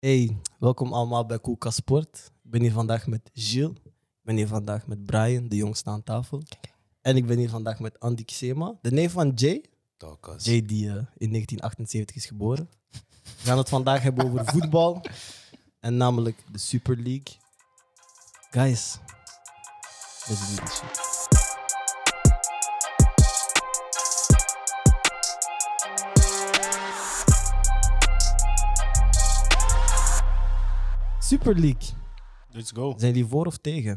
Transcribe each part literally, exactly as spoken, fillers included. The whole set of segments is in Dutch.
Hey, welkom allemaal bij Koelkast Sport. Ik ben hier vandaag met Gilles. Ik ben hier vandaag met Brian, de jongste aan tafel. En ik ben hier vandaag met Andy Xema, de neef van Jay. Talkas. Jay die uh, in negentien achtenzeventig is geboren. We gaan het vandaag hebben over voetbal. En namelijk de Super League. Guys, let's do this shit. Super League. Let's go. Zijn jullie voor of tegen?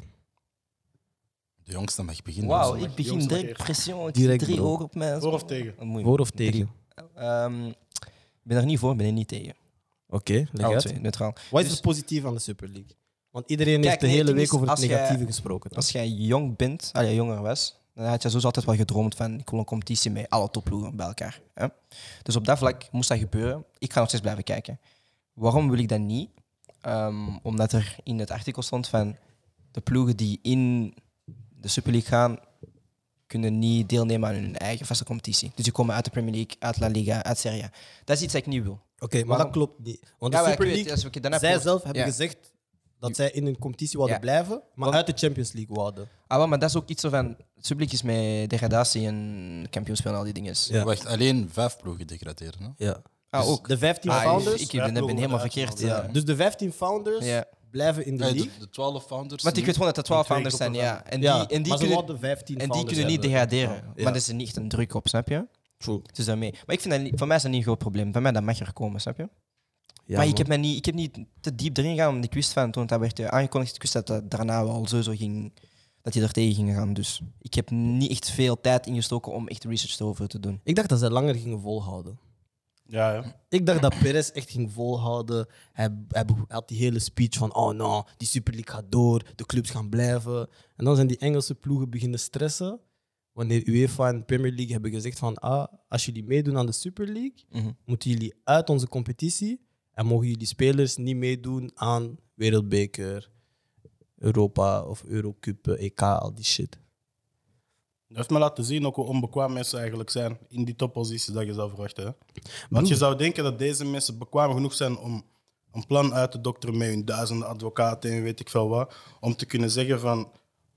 De jongste mag beginnen. Wauw, Dus. ik begin Jongens, direct maar pression. Ik Direct, zie drie bro. ogen op mij. Voor of tegen? Oh, moeilijk. Voor of tegen? Ehm, ik ben er niet voor, ik ben er niet tegen. Oké, okay, leg Alle uit. twee, neutraal. Wat is Dus- het positief aan de Super League? Want iedereen Kijk, heeft de nee, hele het ding week is, over het als jij- negatieve gesproken. toch? Als jij jong bent, als je jonger was, dan had je sowieso altijd wel gedroomd van ik wil een competitie met alle topploegen bij elkaar. Hè? Dus op dat vlak moest dat gebeuren. Ik ga nog steeds blijven kijken. Waarom wil ik dat niet? Um, omdat er in het artikel stond van de ploegen die in de Super League gaan, kunnen niet deelnemen aan hun eigen vaste competitie. Dus die komen uit de Premier League, uit La Liga, uit Serie A. Dat is iets dat ik niet wil. Oké, maar Waarom? dat klopt niet. Want Ja, de maar Super ik weet, League, als we- dan heb zij je- zelf hebben ja. gezegd dat zij in een competitie wilden Ja. blijven, maar Want- uit de Champions League wilden. Ah, wel, maar dat is ook iets zo van... Het Super League is met degradatie en kampioenspel en al die dingen. Ja. Wacht, alleen vijf ploegen degraderen. Hè? Ja. Ah, Dus ook. de vijftien Ah, founders, ik, ik ben, ben helemaal verkeerd. ja. Ja. Dus de vijftien founders Ja. blijven in de Nee, league. de, de twaalf founders. Want ik weet gewoon dat er twaalf twee founders zijn, groepen ja. En die, ja, en die maar ze kunnen, wilden vijftien en die founders kunnen niet hebben. degraderen. Ja. Maar dat is niet echt een druk op, snap je? True. Dus daarmee. Maar ik vind dat niet, voor mij is dat niet een groot probleem. Bij mij dat mag er komen, snap je? Ja, maar ik man. heb, mij niet, ik heb niet te diep erin gegaan, omdat ik wist van, toen dat werd eh, aangekondigd, ik wist dat dat daarna wel sowieso ging, dat die er tegen gingen gaan. Dus ik heb niet echt veel tijd ingestoken om echt research erover te doen. Ik dacht dat zij langer gingen volhouden. Ja, ja. Ik dacht dat Perez echt ging volhouden. Hij, hij had die hele speech van, oh nou, die Super League gaat door, de clubs gaan blijven. En dan zijn die Engelse ploegen beginnen stressen. Wanneer UEFA en Premier League hebben gezegd van, ah, als jullie meedoen aan de Super League, Mhm. moeten jullie uit onze competitie en mogen jullie spelers niet meedoen aan Wereldbeker, Europa of Eurocup, E K, al die shit. Dat heeft me laten zien ook hoe onbekwaam mensen eigenlijk zijn in die topposities dat je zou verwachten. Hè? Want je zou denken dat deze mensen bekwaam genoeg zijn om een plan uit te dokteren met hun duizenden advocaten en weet ik veel wat, om te kunnen zeggen van,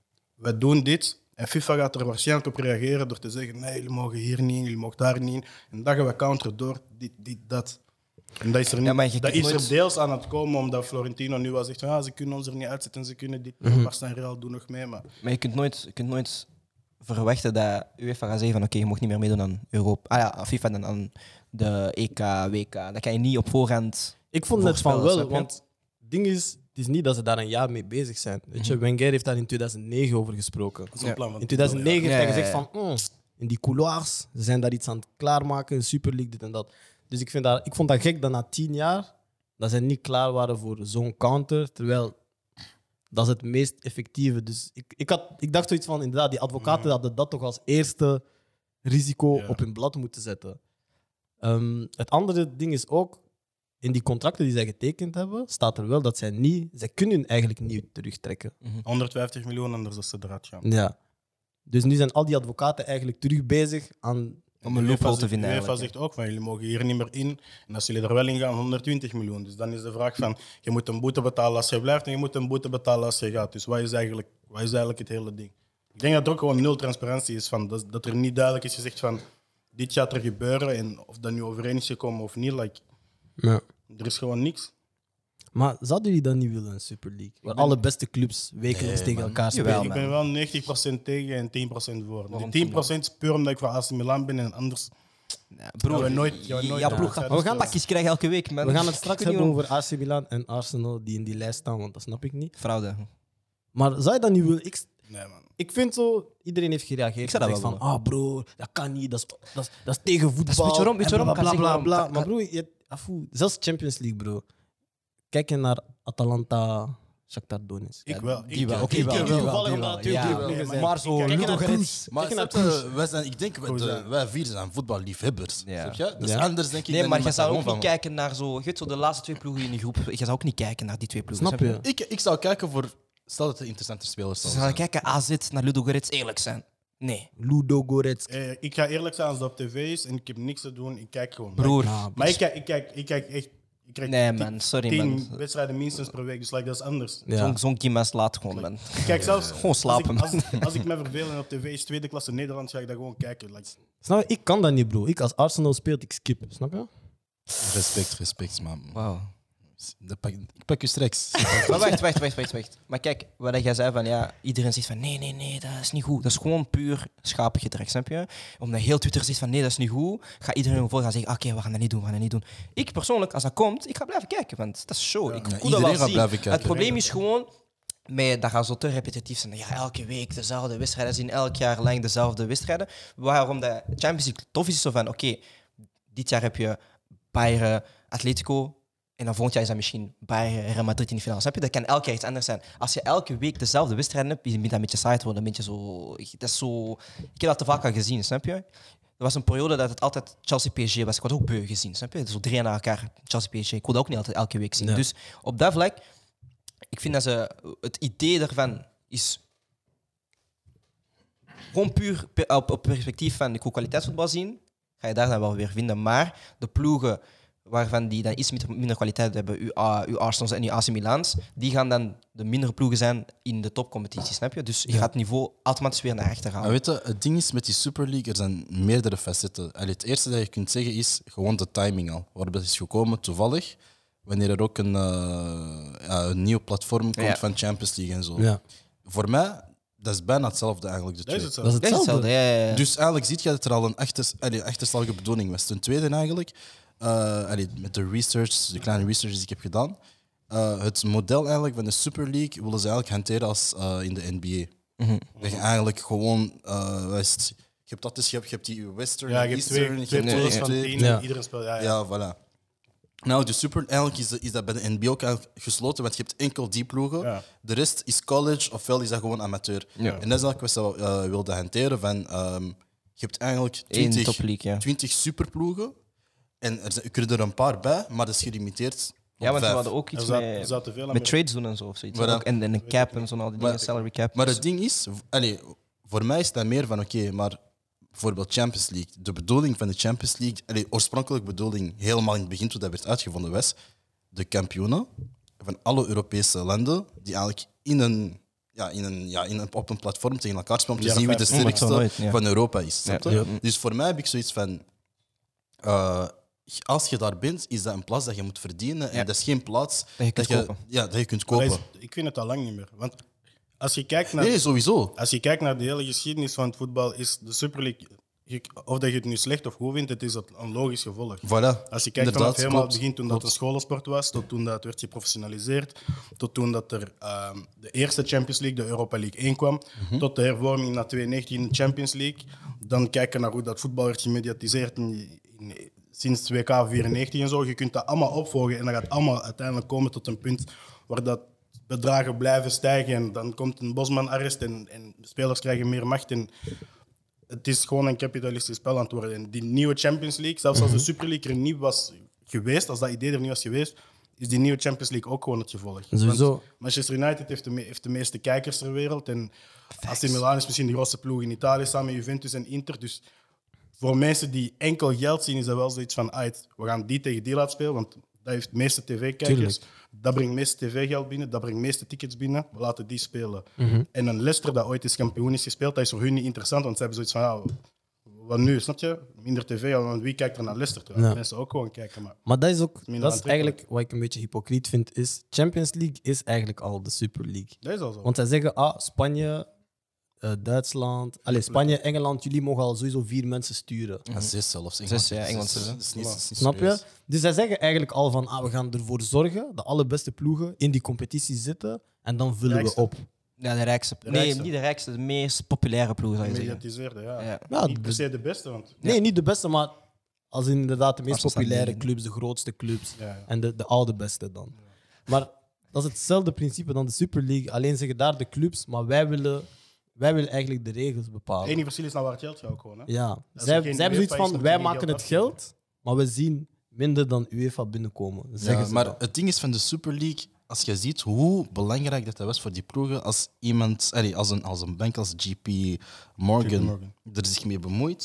wij doen dit. En FIFA gaat er waarschijnlijk op reageren door te zeggen, nee, jullie mogen hier niet in, jullie mogen daar niet in. En dan gaan we counteren door dit, dit, dat. En dat is er, niet, Ja, maar je dat kunt is nooit- er deels aan het komen, omdat Florentino nu al zegt van, ah, ze kunnen ons er niet uitzetten, ze kunnen dit. Mhm. Barça en Real doen nog mee, maar... Maar je kunt nooit, je kunt nooit verwachten dat UEFA gaat zeggen van oké, je mag niet meer meedoen aan Europa. Ah ja, aan FIFA en aan de E K, W K. Dat kan je niet op voorhand. Ik vond het van Voorspellen, wel, snap je? want het ding is, het is niet dat ze daar een jaar mee bezig zijn. Weet je, Wenger heeft daar in tweeduizend negen over gesproken. Dat is een Ja. plan van In tweeduizend negen heeft Ja, hij ja, gezegd ja. van, mm, in die couloirs, ze zijn daar iets aan het klaarmaken, een Super League, dit en dat. Dus ik, vind dat, ik vond dat gek dat na tien jaar, dat ze niet klaar waren voor zo'n counter, terwijl dat is het meest effectieve. Dus ik, ik, had, ik dacht zoiets van, inderdaad, die advocaten hadden dat toch als eerste risico Ja. op hun blad moeten zetten. Ehm, het andere ding is ook, in die contracten die zij getekend hebben, staat er wel dat zij niet, zij kunnen eigenlijk niet terugtrekken. honderdvijftig miljoen, anders als ze eruit gaan. Ja. Dus nu zijn al die advocaten eigenlijk terug bezig aan... Om een loophole te zegt- vinden UEFA eigenlijk, zegt ook van jullie mogen hier niet meer in. En als jullie er wel in gaan, honderdtwintig miljoen. Dus dan is de vraag van je moet een boete betalen als je blijft en je moet een boete betalen als je gaat. Dus wat is eigenlijk, wat is eigenlijk het hele ding? Ik denk dat er ook gewoon nul transparantie is. Van, dat, dat er niet duidelijk is gezegd van dit gaat er gebeuren en of dat nu overeen is gekomen of niet. Like, Ja. er is gewoon niks. Maar zouden jullie dan niet willen, een Super League? Waar ben- alle beste clubs wekelijks Nee, tegen man. elkaar Jawel, spelen? Ik ben wel negentig procent tegen en tien procent voor. Die Waarom tien procent is puur omdat ik van A C Milan ben en anders... Ja, broer, Gaan we nooit- gaan we nooit ja, naar ploeg de gaat Maar we gaan- pakjes krijgen elke week, man. We gaan het straks Ik weet hebben niet over A C Milan en Arsenal die in die lijst staan, want dat snap ik niet. hoe- Fraude. Maar zou je dat niet willen? Ik, Nee, man. ik vind zo, iedereen heeft gereageerd. Ik zou dat gezegd wel van, ah bro, dat kan niet, dat is, dat is, dat is tegen voetbal. weet je waarom- weet je en waarom? bla, Kan bla, zeggen bla, waarom. bla. Kan- Maar bro, je, afoe, zelfs Champions League, bro. Kijk je naar Atalanta, Shakhtar Donetsk. Ik wel. Die Ik- wel. ik- Oké, ik- wel, ik- die wel, toevallig die omdat wel. het twee Ja, clubploegen maar- zijn. Maar zo Kijk naar Ludogorets. Maar Kijk naar snap je, Kroes. wij, zijn, ik denk, wij, Kroes, de- ja. wij vier zijn voetballiefhebbers. Ja. Snap je? Dus Ja. anders denk ik... Nee, dat maar die je zou ook gewoon niet van- kijken naar zo... Je weet zo, de laatste twee ploegen in de groep. Je zou ook niet kijken naar die twee ploegen. Snap je? Ik, ik zou kijken voor... Stel dat het interessante spelers Ze zouden zouden zijn. kijken A Z naar Ludogorets, eerlijk zijn. Nee. Ludogorets. Eh, ik ga eerlijk zijn als dat op tv is en ik heb niks te doen. Ik kijk gewoon. Broer. Nou, Maar ik kijk, ik, kijk, ik kijk echt. Je krijgt Nee, tien- man. Sorry, tien man. wedstrijden minstens per week, dus like, dat is anders. Ja. Zo'n zo'n Kim slaat gewoon, man. Kijk, zelfs Gewoon slapen, als ik, als, als ik me verveel en op tv is tweede klasse Nederland, ga ik dat gewoon kijken. Like, Snap je? Ik kan dat niet, bro. Ik als Arsenal speelt, ik skip. Snap je? Respect, respect, man. Wauw. Dat pak, ik pak je straks. Maar wacht, wacht, wacht, wacht, wacht. Maar kijk, wat jij zei van ja, iedereen zegt van nee, nee, nee, dat is niet goed. Dat is gewoon puur schapengedrag, snap je? Omdat heel Twitter zegt van nee, dat is niet goed, gaat iedereen vol gaan zeggen oké, we gaan dat niet doen, we gaan dat niet doen. Ik persoonlijk, als dat komt, ik ga blijven kijken, want dat is show. Ik Ja, voel dat wel iedereen gaat zien. blijven kijken. Het probleem is gewoon, met, dat gaat zo te repetitief zijn. Ja, elke week dezelfde wedstrijden zien, elk jaar lang dezelfde wedstrijden. Waarom de Champions League tof is, is zo van oké, dit jaar heb je Bayern, Atletico. En dan volgend jaar is dat misschien Bayern, Real Madrid in de finale. Snap je? Dat kan elk jaar iets anders zijn. Als je elke week dezelfde wedstrijden hebt, begint dat een beetje saai te worden. Een beetje zo, dat is zo... Ik heb dat te vaak al gezien, snap je? Er was een periode dat het altijd Chelsea-P S G was. Ik had ook beu gezien, snap je? Zo drie na elkaar Chelsea-P S G. Ik wil dat ook niet altijd elke week zien. Ja. Dus op dat vlak, ik vind dat ze... Het idee daarvan is... Gewoon puur pe- op, op perspectief van ik wil kwaliteitsvoetbal zien, ga je daar dan wel weer vinden. Maar de ploegen waarvan die dan iets minder, minder kwaliteit hebben, uw, A- uw Arsenals en uw A C Milans, die gaan dan de mindere ploegen zijn in de topcompetitie, snap je? Dus je gaat het niveau automatisch weer naar achter Maar halen. weet je, het ding is met die Super League, er zijn meerdere facetten. Allee, het eerste dat je kunt zeggen is gewoon de timing al. Waarop dat is gekomen toevallig, wanneer er ook een, eh, ja, een nieuw platform komt Ja. van Champions League en zo. Ja. Voor mij, dat is bijna hetzelfde eigenlijk. De dat is twee. het zo. Dat is Dat is hetzelfde. hetzelfde, ja, ja, ja. Dus eigenlijk zie je dat er al een achter, allee, achterstallige bedoeling was. Ten tweede eigenlijk, eh, allee, met de research, de kleine research die ik heb gedaan, eh, het model eigenlijk van de Super League willen ze eigenlijk hanteren als eh, in de N B A. Mhm. Dat je eigenlijk gewoon, eh, wat is het? Je hebt dat dus, je hebt, je hebt die Western ja, en je hebt Eastern. twee, je twee hebt pools twee- van twee- tien Ja. en iedereen speelt. Ja, ja. Ja, voilà. Nou, de Super, eigenlijk is, de- is dat bij de N B A ook eigenlijk gesloten, want je hebt enkel die ploegen. Ja. De rest is college, ofwel is dat gewoon amateur. Ja. En dat is eigenlijk wat ze uh, wilden hanteren van... ehm, je hebt eigenlijk Eén twintig, topleague, ja. twintig superploegen. En er zijn, je kunt er een paar bij, maar dat is gelimiteerd. Ja, want ze vijf. hadden ook Er iets zat, er met, zat te veel aan met meer- trades doen en zo. Of zoiets. Voilà. Ook, en, en een cap en zo, al die Maar- dingen, salary cap. Maar Dus- het ding is, v- allee, voor mij is dat meer van oké, maar bijvoorbeeld Champions League. De bedoeling van de Champions League, allee, oorspronkelijk bedoeling, helemaal in het begin toen dat werd uitgevonden, was de kampioenen van alle Europese landen die eigenlijk in een, ja, in een, ja, in een, op een platform tegen elkaar spelen om te Ja, zien wie de vijf- sterkste Oh, nooit, ja. van Europa is. snap je? Ja. Dus voor mij heb ik zoiets van. eh, als je daar bent, is dat een plaats dat je moet verdienen. En Ja. dat is geen plaats Dat je kunt kopen. ja, dat je kunt Maar dat kopen. is- ik vind het al lang niet meer. Want als je kijkt naar, Nee, sowieso. als je kijkt naar de hele geschiedenis van het voetbal, is de Super League, je- of dat je het nu slecht of goed vindt, het is een logisch gevolg. Voilà. Als je kijkt Inderdaad, vanaf helemaal klopt. het begin, toen dat Klopt. een scholensport was, tot toen dat werd geprofessionaliseerd, tot toen dat er ehm, de eerste Champions League, de Europa League één kwam, Mhm. tot de hervorming naar tweeduizend negentien in de Champions League. Dan kijken naar hoe dat voetbal werd gemediatiseerd in, in- sinds W K vierennegentig en zo. Je kunt dat allemaal opvolgen en dat gaat allemaal uiteindelijk komen tot een punt waar dat bedragen blijven stijgen en dan komt een Bosman-arrest en, en spelers krijgen meer macht. En het is gewoon een kapitalistisch spel aan het worden. En die nieuwe Champions League, zelfs als de Super League er niet was geweest, als dat idee er niet was geweest, is die nieuwe Champions League ook gewoon het gevolg. Sowieso. Want Manchester United heeft de, me- heeft de meeste kijkers ter wereld. En A C Milan is misschien de grootste ploeg in Italië, samen met Juventus en Inter. Dus voor mensen die enkel geld zien, is dat wel zoiets van, "Aight, we gaan die tegen die laten spelen, want dat heeft de meeste tv-kijkers. Tuurlijk. Dat brengt het meeste tv-geld binnen, dat brengt de meeste tickets binnen. We laten die spelen." Mhm. En een Leicester dat ooit eens kampioen is gespeeld, dat is voor hun niet interessant, want ze hebben zoiets van, ja, wat nu, snap je? Minder tv, ja, want wie kijkt er naar Leicester? Terwijl Ja. mensen ook gewoon kijken. Maar Maar dat is ook, minder dat is aantrekkelijk. eigenlijk wat ik een beetje hypocriet vind, is Champions League is eigenlijk al de Super League. dat is al zo. Want zij zeggen, ah, Spanje, eh, Duitsland, allez, Spanje, Engeland, jullie mogen al sowieso vier mensen sturen. Ja, zes zelfs. Zes, ja, Engeland Zes, zes, hè. dat is niet- dat is niet Snap je? serieus. Dus zij zeggen eigenlijk al van, ah, we gaan ervoor zorgen dat alle beste ploegen in die competitie zitten en dan vullen we Rijkste. op. Ja, de rijkste. De nee, rijkste. niet de rijkste, de meest populaire ploeg, zou je zeggen. Mediatiseerde, ja. Ja. Ja, Niet per se de beste, want Nee, niet de beste, maar als in inderdaad de meest Arsenal staat populaire negen. clubs, de grootste clubs Ja, ja. en de, de oude beste dan. Maar dat is hetzelfde principe dan de Super League. Alleen zeggen daar de clubs, maar wij willen, wij willen eigenlijk de regels het bepalen. enige verschil is nou waar het geld gaat ook gewoon. Hè? Ja, Als er zij, geen zij hebben UEFA zoiets is, van, moet wij je geen maken geld het geld, maar we zien minder dan UEFA binnenkomen. Zeggen Ja, ze maar dan. het ding is van de Super League, als je ziet hoe belangrijk dat, dat was voor die ploegen, als iemand, allee, als, een, als een bank als J P Morgan, Morgan. er zich mee bemoeit,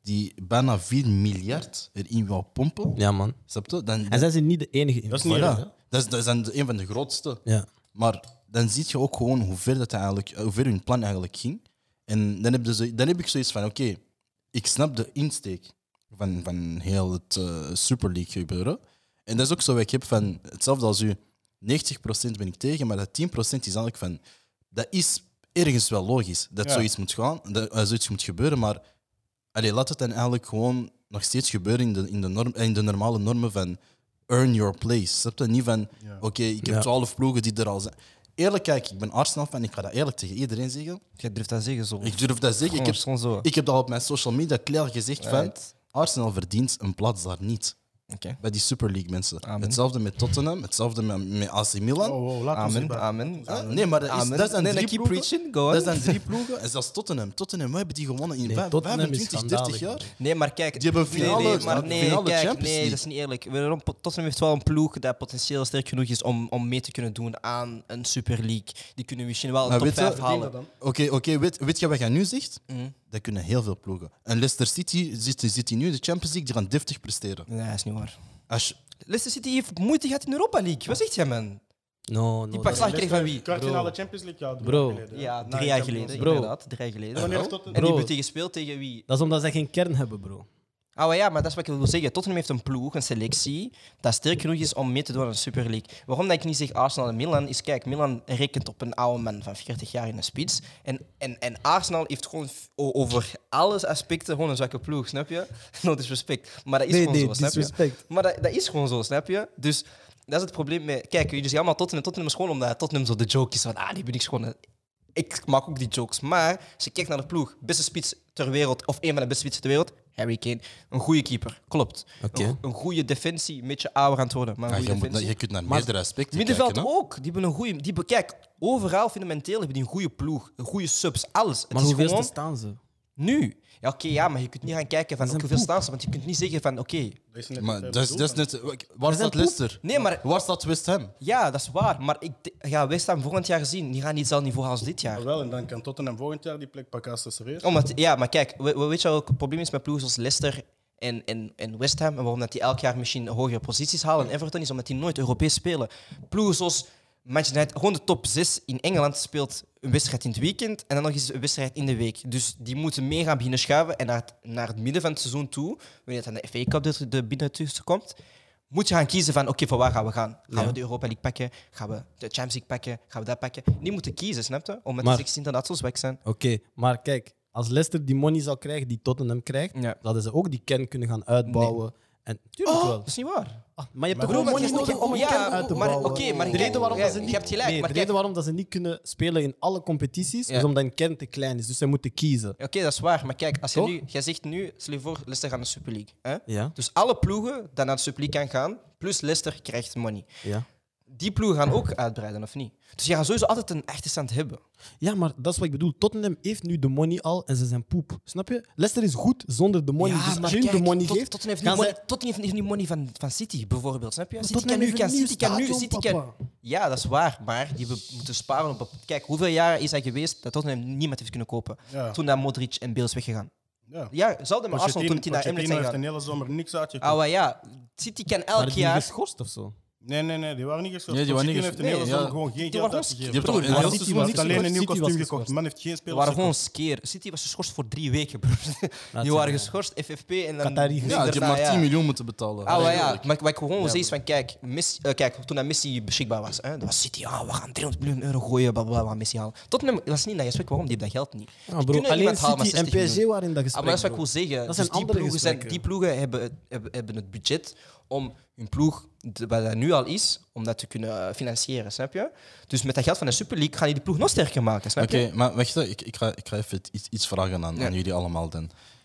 die bijna vier miljard erin wou pompen, Ja, man. snap je? Dan, En zijn ze niet de enige. Dat is niet voilà. erg, hè? dat, is, dat zijn de- een van de grootste. Ja. Maar dan zie je ook gewoon hoe ver, dat eigenlijk, hoe ver hun plan eigenlijk ging. En dan heb, je zo, dan heb ik zoiets van, oké, ik snap de insteek van, van heel het uh, Super League gebeuren. En dat is ook zo wat ik heb van, hetzelfde als u, negentig procent ben ik tegen, maar dat tien procent is eigenlijk van, dat is ergens wel logisch dat Ja. zoiets moet gaan, dat uh, zoiets moet gebeuren, maar allee, laat het dan eigenlijk gewoon nog steeds gebeuren in de, in de, norm, in de normale normen van earn your place. Snap je? Niet van, Ja. oké, ik heb Ja. twaalf ploegen die er al zijn. Eerlijk, kijk, ik ben Arsenal-fan, ik ga dat eerlijk tegen iedereen zeggen. Je durft dat zeggen zo. Ik durf dat zeggen. Ik Gewoon, heb, gewoon zo. ik heb dat op mijn social media klaar gezegd van, Right. Arsenal verdient een plaats daar niet. Oké. Bij die Super League, mensen. Amen. Hetzelfde met Tottenham, hetzelfde met, met A C Milan. Oh, oh, laat ons Amen, hierbij. amen. Ah, nee, maar dat, is, Amen. dat zijn Nee, drie nee, keep ploegen. preaching, go on. Dat zijn drie ploegen. En zelfs Tottenham. Tottenham, we hebben die gewonnen in Nee, vijf- Tottenham is vijfentwintig, dertig schandalig, jaar. Nee, maar kijk. Die hebben een finale- nee, nee, maar een nee, finale kijk, Champions nee, League. dat is niet eerlijk. Waarom? Tottenham heeft wel een ploeg dat potentieel sterk genoeg is om, om mee te kunnen doen aan een Super League. Die kunnen misschien wel een Maar top weet je- vijf Verdien halen. dat dan? Oké, oké, weet, weet je wat je nu zegt? Mhm. Dat kunnen heel veel ploegen. En Leicester City zit, zit hier nu in de Champions League, die gaan deftig presteren. Nee, dat is niet waar. Als je- Leicester City heeft moeite gehad in de Europa League. Wat zegt jij, man? No, no. Die dat- pakt slag gekregen van wie? Kwartfinale Champions League, ja. drie Bro. jaar geleden, Ja, Na drie de jaar Champions geleden. League. Bro. Inderdaad, drie jaar geleden. Wanneer En heeft Tottenham- die Bro. hebben tegen gespeeld tegen wie? Dat is omdat ze geen kern hebben, bro. Ah, maar ja, maar dat is wat ik wil zeggen. Tottenham heeft een ploeg, een selectie, dat sterk genoeg is om mee te doen aan de Super League. Waarom dat ik niet zeg Arsenal en Milan, is kijk, Milan rekent op een oude man van veertig jaar in de spits. En, en, en Arsenal heeft gewoon f- o- over alle aspecten gewoon een zwakke ploeg, snap je? No disrespect. Maar dat is Nee, gewoon nee, zo, snap je? disrespect. Maar dat, dat is gewoon zo, snap je? Dus dat is het probleem met... Kijk, jullie zeggen allemaal Tottenham. Tottenham is gewoon omdat Tottenham zo de joke is van, ah, die ben ik gewoon... Ik maak ook die jokes. Maar als je kijkt naar de ploeg, beste spits ter wereld, of een van de beste spitsen ter wereld, Harry Kane. Een goede keeper, klopt. Oké. Een, een goede defensie, een beetje ouder aan het worden, maar een Ja, goede je, moet, defensie. je kunt naar Maar- meerdere aspecten Middenveld kijken. hè. ook. Die hebben een goede... Die, be- kijk, overal fundamenteel hebben die een goede ploeg. Een goede subs, alles. Het Maar is hoeveel gewoon staan ze? nu. Ja, oké, ja, maar je kunt niet gaan kijken van Dat is ook een hoeveel poep. staan ze, want je kunt niet zeggen van oké. Dat is net Maar wat wij dat is, dat is bedoelen. net... Waar staat poep. Leicester? Nee, maar Waar staat West Ham? ja, dat is waar. Maar ik de- ga West Ham volgend jaar zien. Die gaan niet hetzelfde niveau als dit jaar. Maar wel, en dan kan Tottenham volgend jaar die plek pakken als serieus. Omdat, ja, maar kijk, we, we- weet je wat het probleem is met ploegen zoals Leicester en, en, en West Ham? En waarom dat die elk jaar misschien hogere posities halen? En Everton is omdat die nooit Europees spelen. Ploegen zoals Manchester United, gewoon de top zes in Engeland speelt een wedstrijd in het weekend en dan nog eens een wedstrijd in de week. Dus die moeten mee gaan beginnen schuiven en naar het, naar het midden van het seizoen toe, wanneer het aan de F A Cup er de binnen tussen komt, moet je gaan kiezen van oké, voor waar gaan we gaan? Gaan Ja. we de Europa League pakken? Gaan we de Champions League pakken? Gaan we dat pakken? Die moeten kiezen, snap je? Omdat Maar- die zestien inderdaad zo zwak zijn. Oké, maar kijk, als Leicester die money zou krijgen die Tottenham krijgt, Ja. zouden ze ook die kern kunnen gaan uitbouwen. En tuurlijk Oh, wel. dat is niet waar. Ah, maar je hebt Maar toch bro, gewoon maar money je- nodig om een ja, kern uit te maar bouwen. oké, maar de kijk, reden waarom jij- dat ze niet, je hebt gelijk, nee, maar de kijk- reden waarom dat ze niet kunnen spelen in alle competities Ja. is omdat hun kern te klein is. Dus ze moeten kiezen. Oké, dat is waar. Maar kijk, als je Toch? nu, jij zegt nu, stel je voor, Leicester gaat naar de Super League. Hè? Ja, Dus alle ploegen die naar de Super League kan gaan, plus Leicester krijgt money. ja. Die ploegen gaan ook uitbreiden, of niet? Dus je gaat sowieso altijd een achterstand hebben. Ja, maar dat is wat ik bedoel. Tottenham heeft nu de money al en ze zijn poep. Snap je? Leicester is goed zonder de money. dus als je hun de money tot, geeft, Tottenham heeft gaan niet zij- money, Tottenham heeft niet money van, van City, bijvoorbeeld. Snap je? City Tottenham kan nu, heeft kan, een nieuw City kan nu, stadion, City kan... papa. Ja, dat is waar. Maar die hebben moeten sparen op... Kijk, hoeveel jaar is hij geweest dat Tottenham niemand heeft kunnen kopen? Ja. Toen dat Modric en Bale is weggegaan. Ja. Ja, zouden maar Arsenal toen die naar Emirates Pochettino zijn heeft gegaan. een hele zomer niks uitgekocht. Ah, maar ja. City kan elk waren die jaar... geschorst of zo. Nee, nee, nee, die waren niet geschorst. Nee, die waren niet Pochettino heeft een hele geschorst. zomer gewoon geen Die geld waren uitgegeven. Die heeft toch Broer, een maar heel City seizoen was niet Alleen een geschorst. nieuw City kostuum was gekocht. De man heeft geen Die spelers waren gewoon gekocht. skeer. City was geschorst voor drie weken, broer. Die waren geschorst, F F P en dan... Qatari Ja, Ja, die hebben maar tien miljoen moeten betalen. Ah, maar ja. Eigenlijk. Maar wat ik gewoon zeg is van, kijk, Messi, eh, kijk, toen dat Messi beschikbaar was, hè, dat was City, ah, we gaan driehonderd miljoen euro gooien, bla, bla, bla, we gaan Messi halen. Tottenham was niet in dat gesprek, waarom? Die hebben dat geld niet. Ja, Die bro, kunnen alleen iemand halen met City en zestig P S G miljoen. waren in dat Ah, gesprek. maar dat is wat ik bro. wil zeggen. Dat Dus zijn die andere ploegen, zijn, gesprekken. die ploegen hebben, hebben, hebben het budget om hun ploeg, de- wat dat nu al is, om dat te kunnen financieren, snap je? Dus met dat geld van de Super League gaan die die ploeg nog sterker maken, snap Oké, je? maar wacht, hè, ik, ik, ga, ik ga even iets, iets vragen aan, Ja. aan jullie allemaal dan.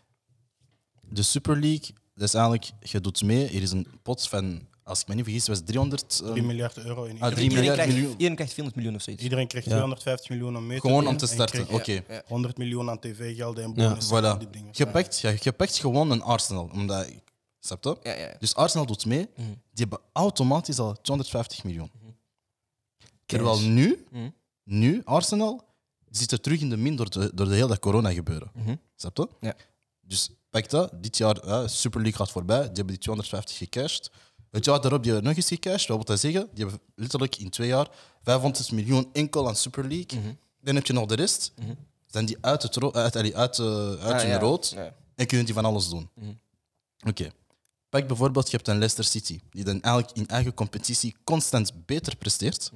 De Super League, dat is eigenlijk, je doet mee, er is een pot van, als ik me niet vergis, was driehonderd... eh, drie miljard euro in Ah, iedereen. drie Iedereen miljard krijgt, miljoen. iedereen krijgt vierhonderd miljoen of zoiets. Iedereen kreeg Ja. tweehonderdvijftig miljoen om mee te Gewoon doen om te en je starten, kreeg, oké. Ja, ja. honderd miljoen aan tv-gelden en Ja, bonussen. en die Voilà. dingen. Je pakt, je, je pakt gewoon een Arsenal, omdat... Snap je? Ja, ja. Dus Arsenal doet mee, Mhm. die hebben automatisch al tweehonderdvijftig miljoen. Terwijl nu, Mhm. nu, Arsenal zit er terug in de min door de, door de hele corona gebeuren. Mhm. Snap je? Ja. Dus Pak dat, dit jaar, uh, Super League gaat voorbij, die hebben die tweehonderdvijftig gecashed. Het jaar daarop die hebben nog eens gecashed. Wat wil dat zeggen? Die hebben letterlijk in twee jaar vijfhonderd miljoen enkel aan Super League. Mhm. Dan heb je nog de rest. Mhm. Zijn die uit, het ro- uit, uit, uit, uh, uit Ah, hun ja. rood Ja. en kunnen die van alles doen. Mhm. Oké. Pak bijvoorbeeld, je hebt een Leicester City, die dan eigenlijk in eigen competitie constant beter presteert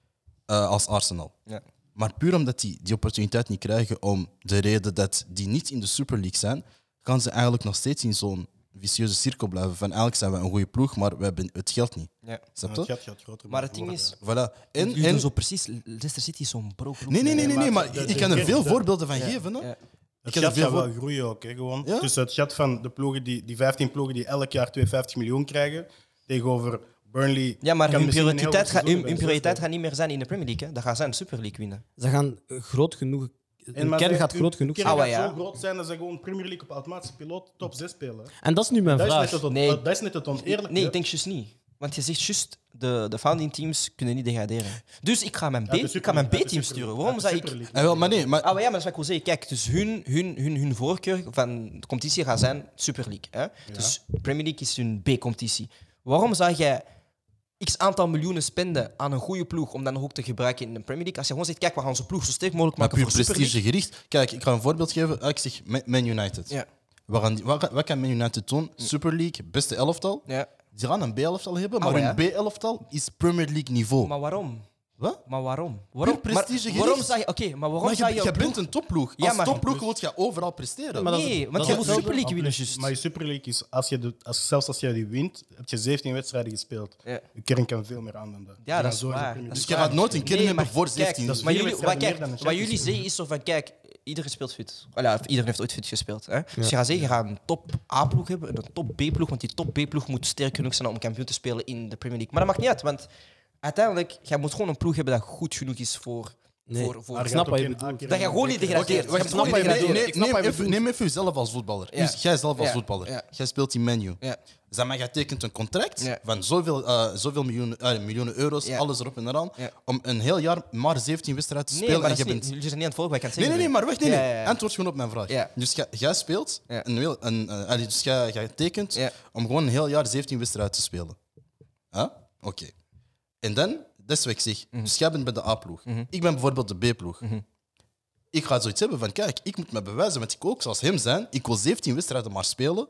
uh, als Arsenal. Ja. Maar puur omdat die die opportuniteit niet krijgen om de reden dat die niet in de Super League zijn, gaan ze eigenlijk nog steeds in zo'n vicieuze cirkel blijven. Van eigenlijk zijn we een goede ploeg, maar we hebben het geld niet. Ja. Snap Het je? gaat, gaat groter Maar het worden. ding is, Voilà. En, jullie en, doen zo precies, Leicester City is zo'n broek. nee, nee, nee, nee, nee, maar de- ik kan er de- veel de- voorbeelden van Ja. geven. Hè? Ja. Het Ik heb gat er gaat veel wel groeien ook, hè, gewoon. Ja? Dus het gat van de ploegen die, die vijftien ploegen die elk jaar tweehonderdvijftig miljoen krijgen, tegenover Burnley. Ja, maar kan hun misschien een heel prioriteit, goed gaat, hun, seizoen hun bij prioriteit zes gaat niet meer zijn in de Premier League. Hè. Dat gaat zijn Super League winnen. Ze gaan eh, groot genoeg... En Hun maar kern ze- gaat hun- groot hun genoeg kern zijn. Ah, gaat ja. zo groot zijn dat ze gewoon Premier League op automatische piloot top zes spelen. En dat is nu mijn Dat is, net vraag. het, Nee. dat is net het oneerlijke. Nee, ik denk juist niet. Want je zegt juist, de, de founding teams kunnen niet degraderen. Dus ik ga mijn B- Uit de ik Super ga mijn League, uit de B-team Super sturen. League, Waarom uit de zou ik... Super League. Eh, wel, maar nee, maar, Ah, maar ja, maar dat is wat ik wil zeggen. Kijk, dus hun, hun, hun, hun voorkeur van de competitie gaat zijn Super League. Hè? Dus Premier League is hun B-competitie. Waarom zou jij x aantal miljoenen spenden aan een goede ploeg om dan ook te gebruiken in de Premier League? Als je gewoon zegt, kijk, we gaan onze ploeg zo sterk mogelijk maar maken puur voor Super League. prestigegericht. Kijk, ik ga een voorbeeld geven. Ik zeg Ma- Man United. Ja. Wat, gaan die- wat, wat kan Man United doen? Super League, beste elftal. Ja. Ze gaan een B-elftal hebben, maar Oh, ja. hun B-elftal is Premier League niveau. Maar waarom? Wat? Maar waarom? waarom? Puur maar, prestigegericht. waarom zou je... Oké, maar waarom Maar zou je, je... je een ploeg- bent een topploeg. Ja, Als maar- topploeg wil je overal presteren. Maar dat is- Nee, dat want is jij moet hetzelfde. Super League winnen, juist. Maar je Super League is, als je de, als, zelfs als je die wint, heb je zeventien wedstrijden gespeeld. Ja. Je kern kan veel meer aan dan dat. Ja, Je dat gaat is zo in de waar. Premier Dat is Dus je League. gaat nooit een kern Nee, hebben maar voor kijk, zeventien. dat is Maar vier jullie, maar wedstrijden kijk, meer dan de wat Champions jullie zeggen is zo van, kijk, iedereen speelt fit. Voilà, iedereen heeft ooit fit gespeeld. Hè? Dus je gaat zeggen, je gaat een top A-ploeg hebben en een top B-ploeg, want die top B-ploeg moet sterk genoeg zijn om kampioen te spelen in de Premier League. Maar dat maakt niet uit, want uiteindelijk, jij moet gewoon een ploeg hebben dat goed genoeg is voor... Nee. voor, voor Maar je snap gaat ook wat je geen bedoelt. A-kern Dat je gewoon niet hebben. degradeert. Oké, wacht, Je hebt gewoon nee, niet nee, degradeerd. nee, Ik snap neem wat je even- bedoelt. neem even jezelf als voetballer. Ja. Dus jij zelf als Ja. voetballer. Ja. Jij speelt in menu. Ja. Zeg maar, jij tekent een contract Ja. van zoveel, eh, zoveel miljoenen, eh, miljoenen euro's, Ja. alles erop en eraan, Ja. om een heel jaar maar zeventien wedstrijden te Nee, spelen. maar en dat je is bent... niet, jullie zijn niet aan het volgen wat ik aan het Nee, nee, zeggen nee, maar wacht, nee, Ja, nee. ja, ja. Antwoord gewoon op mijn vraag. Ja. Dus jij, jij speelt, Ja. een heel, een, eh, allee, dus jij, jij tekent Ja. om gewoon een heel jaar zeventien wedstrijden te spelen. Huh? Oké. En dan, dat is wat ik zeg. Mhm. Dus jij bent bij de A-ploeg. Ik ben bijvoorbeeld de B-ploeg. Mhm. Ik ga zoiets hebben van, kijk, ik moet me bewijzen, want ik wil ook zoals hem zijn. Ik wil zeventien wedstrijden maar spelen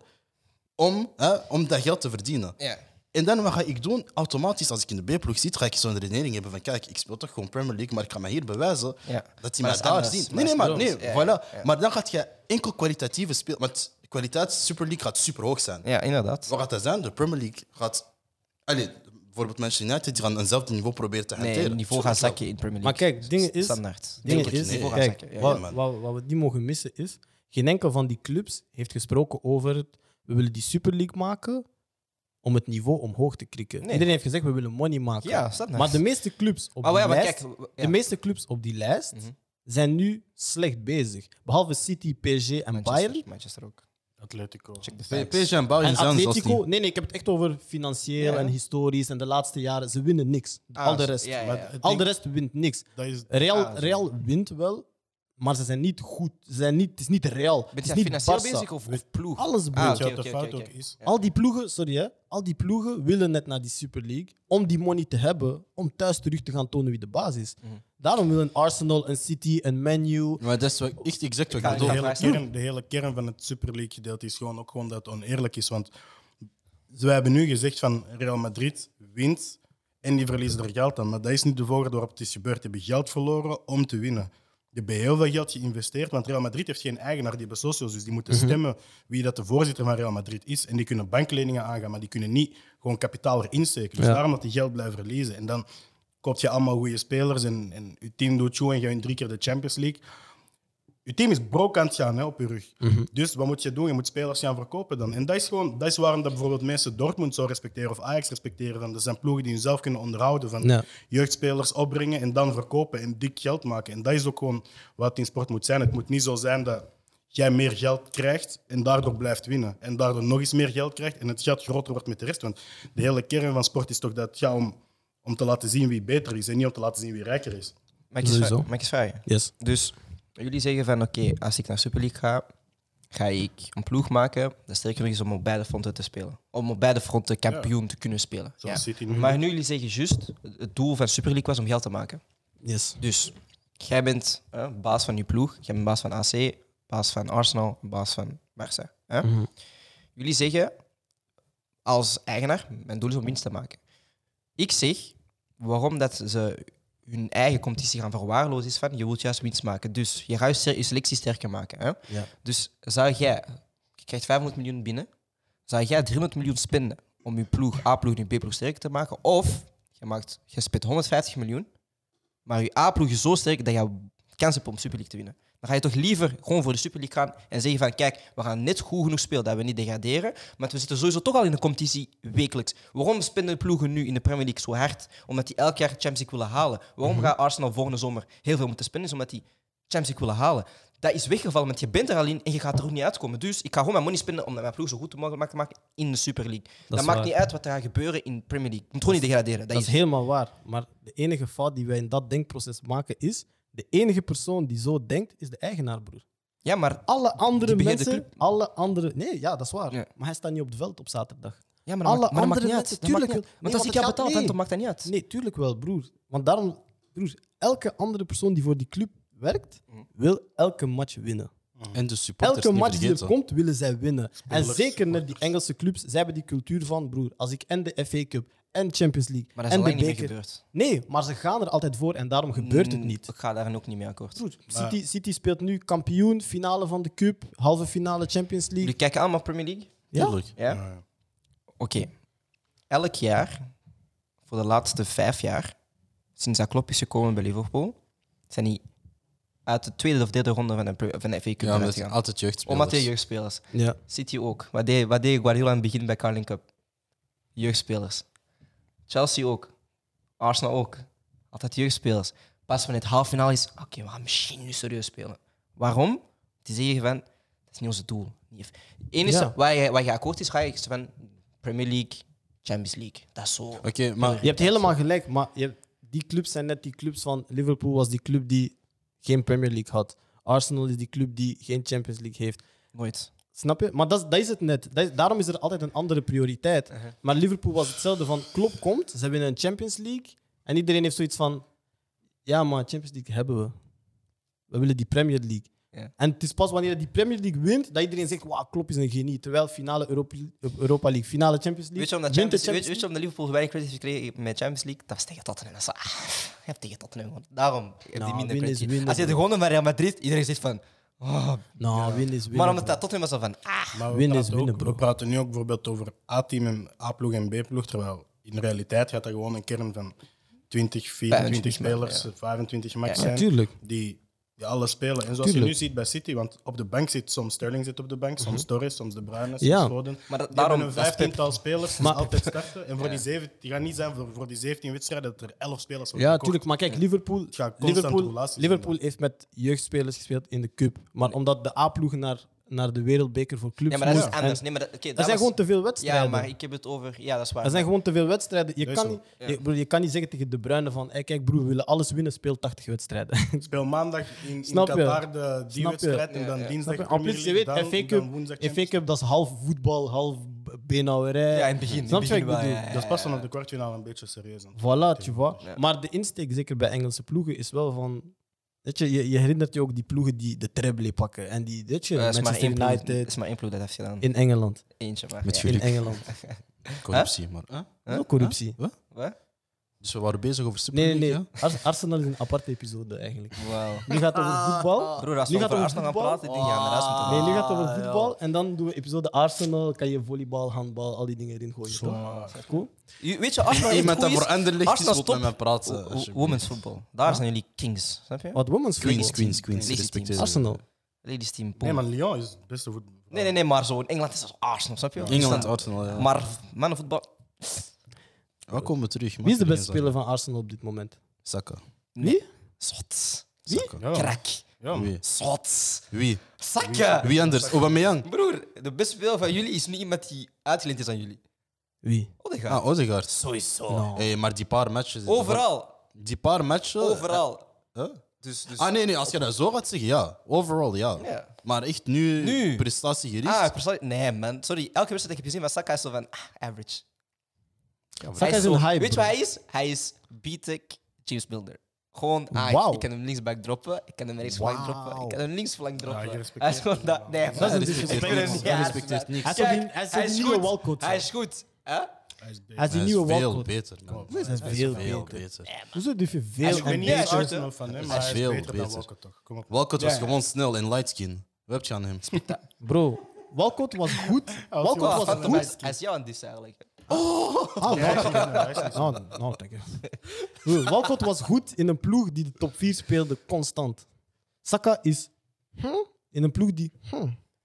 om, hè, om dat geld te verdienen. Ja. En dan wat ga ik doen? Automatisch, als ik in de B-ploeg zit, ga ik zo'n redenering hebben van, kijk, ik speel toch gewoon Premier League, maar ik ga me hier bewijzen Ja. dat hij Maar mij dat is daar anders. ziet. Maar Nee, nee, dat maar, is nee, anders. voilà. Ja, ja. Maar dan gaat je enkel kwalitatieve spelen. Want de kwaliteit Super League gaat super hoog zijn. Ja, inderdaad. Wat gaat dat zijn? De Premier League gaat... Allee, bijvoorbeeld Manchester United die gaan eenzelfde niveau proberen te Nee, hanteren. het niveau Zo gaat is dat. zakken in Premier Maar League. kijk, het ding is- Standaard. Ding Denk ik is, niet. Niveau gaat kijk, zakken, ja. wat, man. wat, wat we niet mogen missen is, geen enkel van die clubs heeft gesproken over het, we willen die Super League maken om het niveau omhoog te krikken. Nee. Iedereen heeft gezegd, we willen money maken. Ja, standaard. maar de meeste clubs op Maar die ja, maar lijst, kijk, ja. de meeste clubs op die lijst Mhm. zijn nu slecht bezig. Behalve City, P S G en Manchester, Bayern. Manchester ook. Atletico. Check de P- facts. P S G en Bayern En zijn zelfs Atletico, niet. nee, nee, ik heb het echt over financieel Ja. en historisch en de laatste jaren. Ze winnen niks. Ah, Al de rest. ja, ja, Maar ja. het Al de ding- rest wint niks. dat is, Real, Ah, zo. Real wint wel, maar ze zijn niet goed. Ze zijn niet, het is niet Real. Ben Het je is niet financieel Barça. bezig of, of ploeg? Alles, bro. Ah, weet je oké, wat de oké, fout oké, ook oké. is? Ja. Al die ploegen, sorry hè, al die ploegen willen net naar die Super League om die money te hebben, om thuis terug te gaan tonen wie de baas is. Mhm. Daarom willen Arsenal, een City, een Man U. Maar dat is wat, echt exact wat ik ga- bedoel. De ga- hele, vraag kern, de hele kern van het Super League gedeelte is gewoon ook gewoon dat het oneerlijk is. Want wij hebben nu gezegd van Real Madrid wint en die verliezen er geld aan. Maar dat is niet de volgorde waarop het is gebeurd. Die hebben geld verloren om te winnen. Die hebben heel veel geld geïnvesteerd, want Real Madrid heeft geen eigenaar, die hebben socios. Dus die moeten stemmen wie dat de voorzitter van Real Madrid is. En die kunnen bankleningen aangaan, maar die kunnen niet gewoon kapitaal erin steken. Dus Ja. daarom dat die geld blijven verliezen. En dan koopt je allemaal goede spelers en, en je team doet goed en je wint drie keer de Champions League. Je team is broke aan het gaan hè, op je rug. Dus wat moet je doen? Je moet spelers gaan verkopen dan. En dat is, gewoon, dat is waarom dat bijvoorbeeld mensen Dortmund zou respecteren of Ajax respecteren. Dan. Dat zijn ploegen die hunzelf kunnen onderhouden. Van Ja. jeugdspelers opbrengen en dan verkopen en dik geld maken. En dat is ook gewoon wat het in sport moet zijn. Het moet niet zo zijn dat jij meer geld krijgt en daardoor blijft winnen. En daardoor nog eens meer geld krijgt en het gat groter wordt met de rest. Want de hele kern van sport is toch dat het gaat om, om te laten zien wie beter is en niet om te laten zien wie rijker is. Mag ik eens Sowieso. vra- mag ik eens vragen? Yes. Dus jullie zeggen van oké, als ik naar Super League ga, ga ik een ploeg maken dat sterk genoeg is om op beide fronten te spelen. Om op beide fronten kampioen te kunnen spelen. Zoals Ja. City nu. Maar nu jullie zeggen juist, het doel van Super League was om geld te maken. Yes. Dus jij bent uh, baas van je ploeg, jij bent baas van A C, baas van Arsenal, baas van Barça. Hè? Mhm. Jullie zeggen als eigenaar, mijn doel is om winst te maken. Ik zeg waarom dat ze hun eigen competitie gaan verwaarlozen is van je wilt juist winst maken. Dus je gaat je selectie sterker maken. Hè? Ja. Dus zou jij, je krijgt vijfhonderd miljoen binnen, zou jij driehonderd miljoen spenden om je ploeg A-ploeg en je B-ploeg sterker te maken? Of je, maakt, je spent honderdvijftig miljoen, maar je A-ploeg is zo sterk dat je kans hebt om Super League te winnen. Dan ga je toch liever gewoon voor de Super League gaan en zeggen van kijk, we gaan net goed genoeg spelen dat we niet degraderen, maar we zitten sowieso toch al in de competitie wekelijks. Waarom spenden de ploegen nu in de Premier League zo hard? Omdat die elk jaar Champions League willen halen. Waarom Mhm. gaat Arsenal volgende zomer heel veel moeten spenden? Is omdat die Champions League willen halen. Dat is weggevallen, want je bent er al in en je gaat er ook niet uitkomen. Dus ik ga gewoon mijn money spenden om mijn ploeg zo goed mogelijk te maken in de Super League. Dat, is maakt waar. niet uit wat er gaat gebeuren in de Premier League. Je moet gewoon niet degraderen. Dat, Dat is is helemaal waar. Maar de enige fout die wij in dat denkproces maken is... De enige persoon die zo denkt, is de eigenaar, broer. Ja, maar, Alle andere Die beheert de mensen... Alle andere... Nee, ja, dat is waar. Ja. Maar hij staat niet op het veld op zaterdag. ja, maar dat Alle maakt, maar dat maakt andere niet uit. mensen, Dat maakt tuurlijk niet uit. wel. Want Nee, als want ik het jou gaat- betaald heb, nee. dan maakt dat niet uit. Nee, tuurlijk wel, broer. Want daarom... Broer, elke andere persoon die voor die club werkt, Mhm. wil elke match winnen. En de supporters Elke niet match die er vergeten. komt, willen zij winnen. En Spelers, zeker net die supporters. Engelse clubs, zij hebben die cultuur van, broer, als ik en de F A Cup en Champions League Maar dat is en al de lang niet meer beker... gebeurd. Nee, maar ze gaan er altijd voor en daarom gebeurt het Mm, niet. Ik ga daar ook niet mee akkoord. Broer, Maar- City, City speelt nu kampioen, finale van de Cup, halve finale Champions League. Jullie kijken allemaal Premier League? Ja? Tuurlijk. Ja? Ja. Oké. Elk jaar, voor de laatste vijf jaar, sinds dat Klopp is gekomen bij Liverpool, zijn die uit de tweede of derde ronde van de, Pre- van de F A Cup Ja, eruit met gegaan. altijd jeugdspelers. Omdat hij jeugdspelers. Ja. City ook. Wat deed, wat deed Guardiola aan het begin bij Carling Cup? Jeugdspelers. Chelsea ook. Arsenal ook. Altijd jeugdspelers. Pas wanneer het halve finale is, oké, we gaan misschien nu serieus spelen. Waarom? Die zeggen van, dat is niet ons doel. Niet eff- Het enige Ja. waar, je, waar je akkoord is, ga je van Premier League, Champions League. Dat is zo. Oké, maar Je hebt helemaal gelijk, maar je hebt- die clubs zijn net die clubs van... Liverpool was die club die geen Premier League had. Arsenal is die club die geen Champions League heeft. Nooit. Snap je? Maar dat, is- dat is het net. Dat is- daarom is er altijd een andere prioriteit. Uh-huh. Maar Liverpool was hetzelfde van... Klopp komt, ze winnen een Champions League. En iedereen heeft zoiets van... Ja, maar Champions League hebben we. We willen die Premier League. Ja. En het is pas wanneer je die Premier League wint, dat iedereen zegt, wauw, Klopp is een genie. Terwijl finale Europa, Europa League, finale Champions League... Weet je waarom dat wint de Champions, weet, Champions weet je waarom de Liverpool weinig credit heeft gekregen met Champions League? Dat was tegen Tottenham. Dat is zo, ah, je hebt tegen Tottenham gewonnen. Daarom heb je Nou, minder winnen is credit. winnen, Als je het bro. gewonnen met Real Madrid, iedereen zegt van... Oh. Nou, winnen is winnen. Maar omdat bro. dat Tottenham was, dan van... Ah. Maar we, Winnen is praten winnen, ook, bro. we praten nu ook bijvoorbeeld over A-team en A-ploeg en B-ploeg. Terwijl in realiteit gaat dat gewoon een kern van twintig, vierentwintig vijfentwintig spelers, ja. vijfentwintig max Ja. zijn. Tuurlijk. Die, die alle spelen. En zoals je Tuurlijk. nu ziet bij City, want op de bank zit soms Sterling zit op de bank, soms Torres, soms De Bruyne, soms Ja. Foden. Maar dat- Die daarom- hebben een dat is vijftiental spelers die Maar- altijd starten. En voor Ja. die, zeven, die gaan niet zijn voor, voor die zeventien wedstrijden dat er elf spelers worden Ja, gekocht. tuurlijk. Maar kijk, Liverpool, Het gaat constant Liverpool, roulaties Liverpool zijn heeft met jeugdspelers gespeeld in de Cup. Maar omdat de A-ploegen naar, naar de wereldbeker voor clubs Ja, maar dat is moest, anders. en Nee, maar dat, oké, er dat zijn was- gewoon te veel wedstrijden. Ja, maar ik heb het over... Ja, dat is waar. Er zijn gewoon te veel wedstrijden. Je Dat is kan, zo. niet, Ja. je, broer, je kan niet zeggen tegen De Bruyne van hey, kijk broer, we willen alles winnen, speel tachtig wedstrijden. Speel maandag in, in Snap je? Qatar de, die Snap je? wedstrijd en Ja, dan ja. dinsdag Snap je? de En Premier plus, je League, weet, dan- F A dan Cup, woensdag F A Champions Cup dat is half voetbal, half beenhouwerij. Ja, in het begin. in het Snap je wat begin ik wel, bedoel? ja, ja, Dat is pas ja. vanaf de kwartfinale een beetje serieus. aan. Voilà, tu vois. Ja. Maar de insteek, zeker bij Engelse ploegen, is wel van... Weet je, je, je herinnert je ook die ploegen die de treble pakken. En die, weet je, Ja, dat is maar Manchester één ploeg- dat United is maar één ploeg dat heeft gedaan. in Engeland. Eentje maar. Met ja. jullie. In Engeland. corruptie. Maar, hè? Huh? Ook corruptie. Wat? Wat? Dus we waren bezig over Super Nee, nee, League, nee. Ars- Arsenal is een aparte episode eigenlijk. Wauw. Nu gaat het over voetbal. Broer, als Nu we gaat over het over Arsenal gaan voetbal. praten, die gaan naar huis moeten Nee, gaan. nu gaat het over Ah, ja. voetbal. En dan doen we episode Arsenal. Kan je volleybal, handbal, al die dingen erin gooien. toch? Maar- Cool. Je- Weet je, Arsenal hè? echt Iemand dat goed voor is? Anderlecht Arsenal is, wil met stop. mij praten. Wo- wo- alsjeblieft. Women's voetbal. Daar zijn jullie kings. Snap je? Wat women's Queens, voetbal? Queens, Queens. Ladies Respecteer teams. ze. Arsenal. Ladies team. Nee, boom. maar Lyon is het beste voetbal. Nee, nee, nee, maar zo in Engeland is het Arsenal, snap je? Engeland, Dus Arsenal, ja. dan- Maar mannenvoetbal... Waar komen we terug? Wie is de beste speler van Arsenal op dit moment? Saka. Wie? Zot. Saka. Ja, Krak. ja, man. Wie? Zot. Wie? Saka. Wie anders? Aubameyang. Broer, de beste speler van jullie is niet iemand die uitgeleend is aan jullie. Wie? Odegaard. Ah, Odegaard. Sowieso. No. Hey, maar die paar matches... Overal. Die paar matches... Overal. Huh? Dus, dus... Ah nee, nee, als je dat zo gaat zeggen, ja. Overall, ja. Ja. Maar echt nu, Nu. prestatiegericht. Ah, persoonlijk... Nee, man. Sorry. Elke wedstrijd die ik heb gezien van Saka is zo van... Ah, average. Saka is zo- een hype. Weet je bro. wat hij is? Hij is B-Tech James Milner. Gewoon, ah, Wauw. ik kan hem linksback droppen, ik kan hem rechtsflank Wauw. droppen, ik kan hem linksflank droppen. je respecteert Hij is gewoon hem dat... wel. Nee, Dat is man. een Ik disrespect. vind hem Hij niet- ja, respecteert man. niks. Hij is zo Kijk, die- hij is zo hij die is nieuwe goed. Walcott, Hij zo. is goed. Hè? Hij is beter. Hij is een Hij nieuwe is veel Walcott. beter, man. Hij is Hij veel is veel beter. beter. Hoezo durf je Ik veel ben en niet Ja, eens is goed, Arsenal hè? van hem, Hij maar is hij is veel beter dan beter. Walcott toch. Kom op. Walcott Ja, was ja. gewoon snel en lightskin. Wat heb je aan hem? Bro, Walcott was goed. Walcott Oh, was Phantom, hij goed. is- hij is jou aan het dissen eigenlijk. Ah, Ja, hij is niet goed, hij is niet zo. Nou, nou, dank je. Bro, Walcott was goed in een ploeg die de top vier speelde, constant. Saka is hm, in een ploeg die... Hm.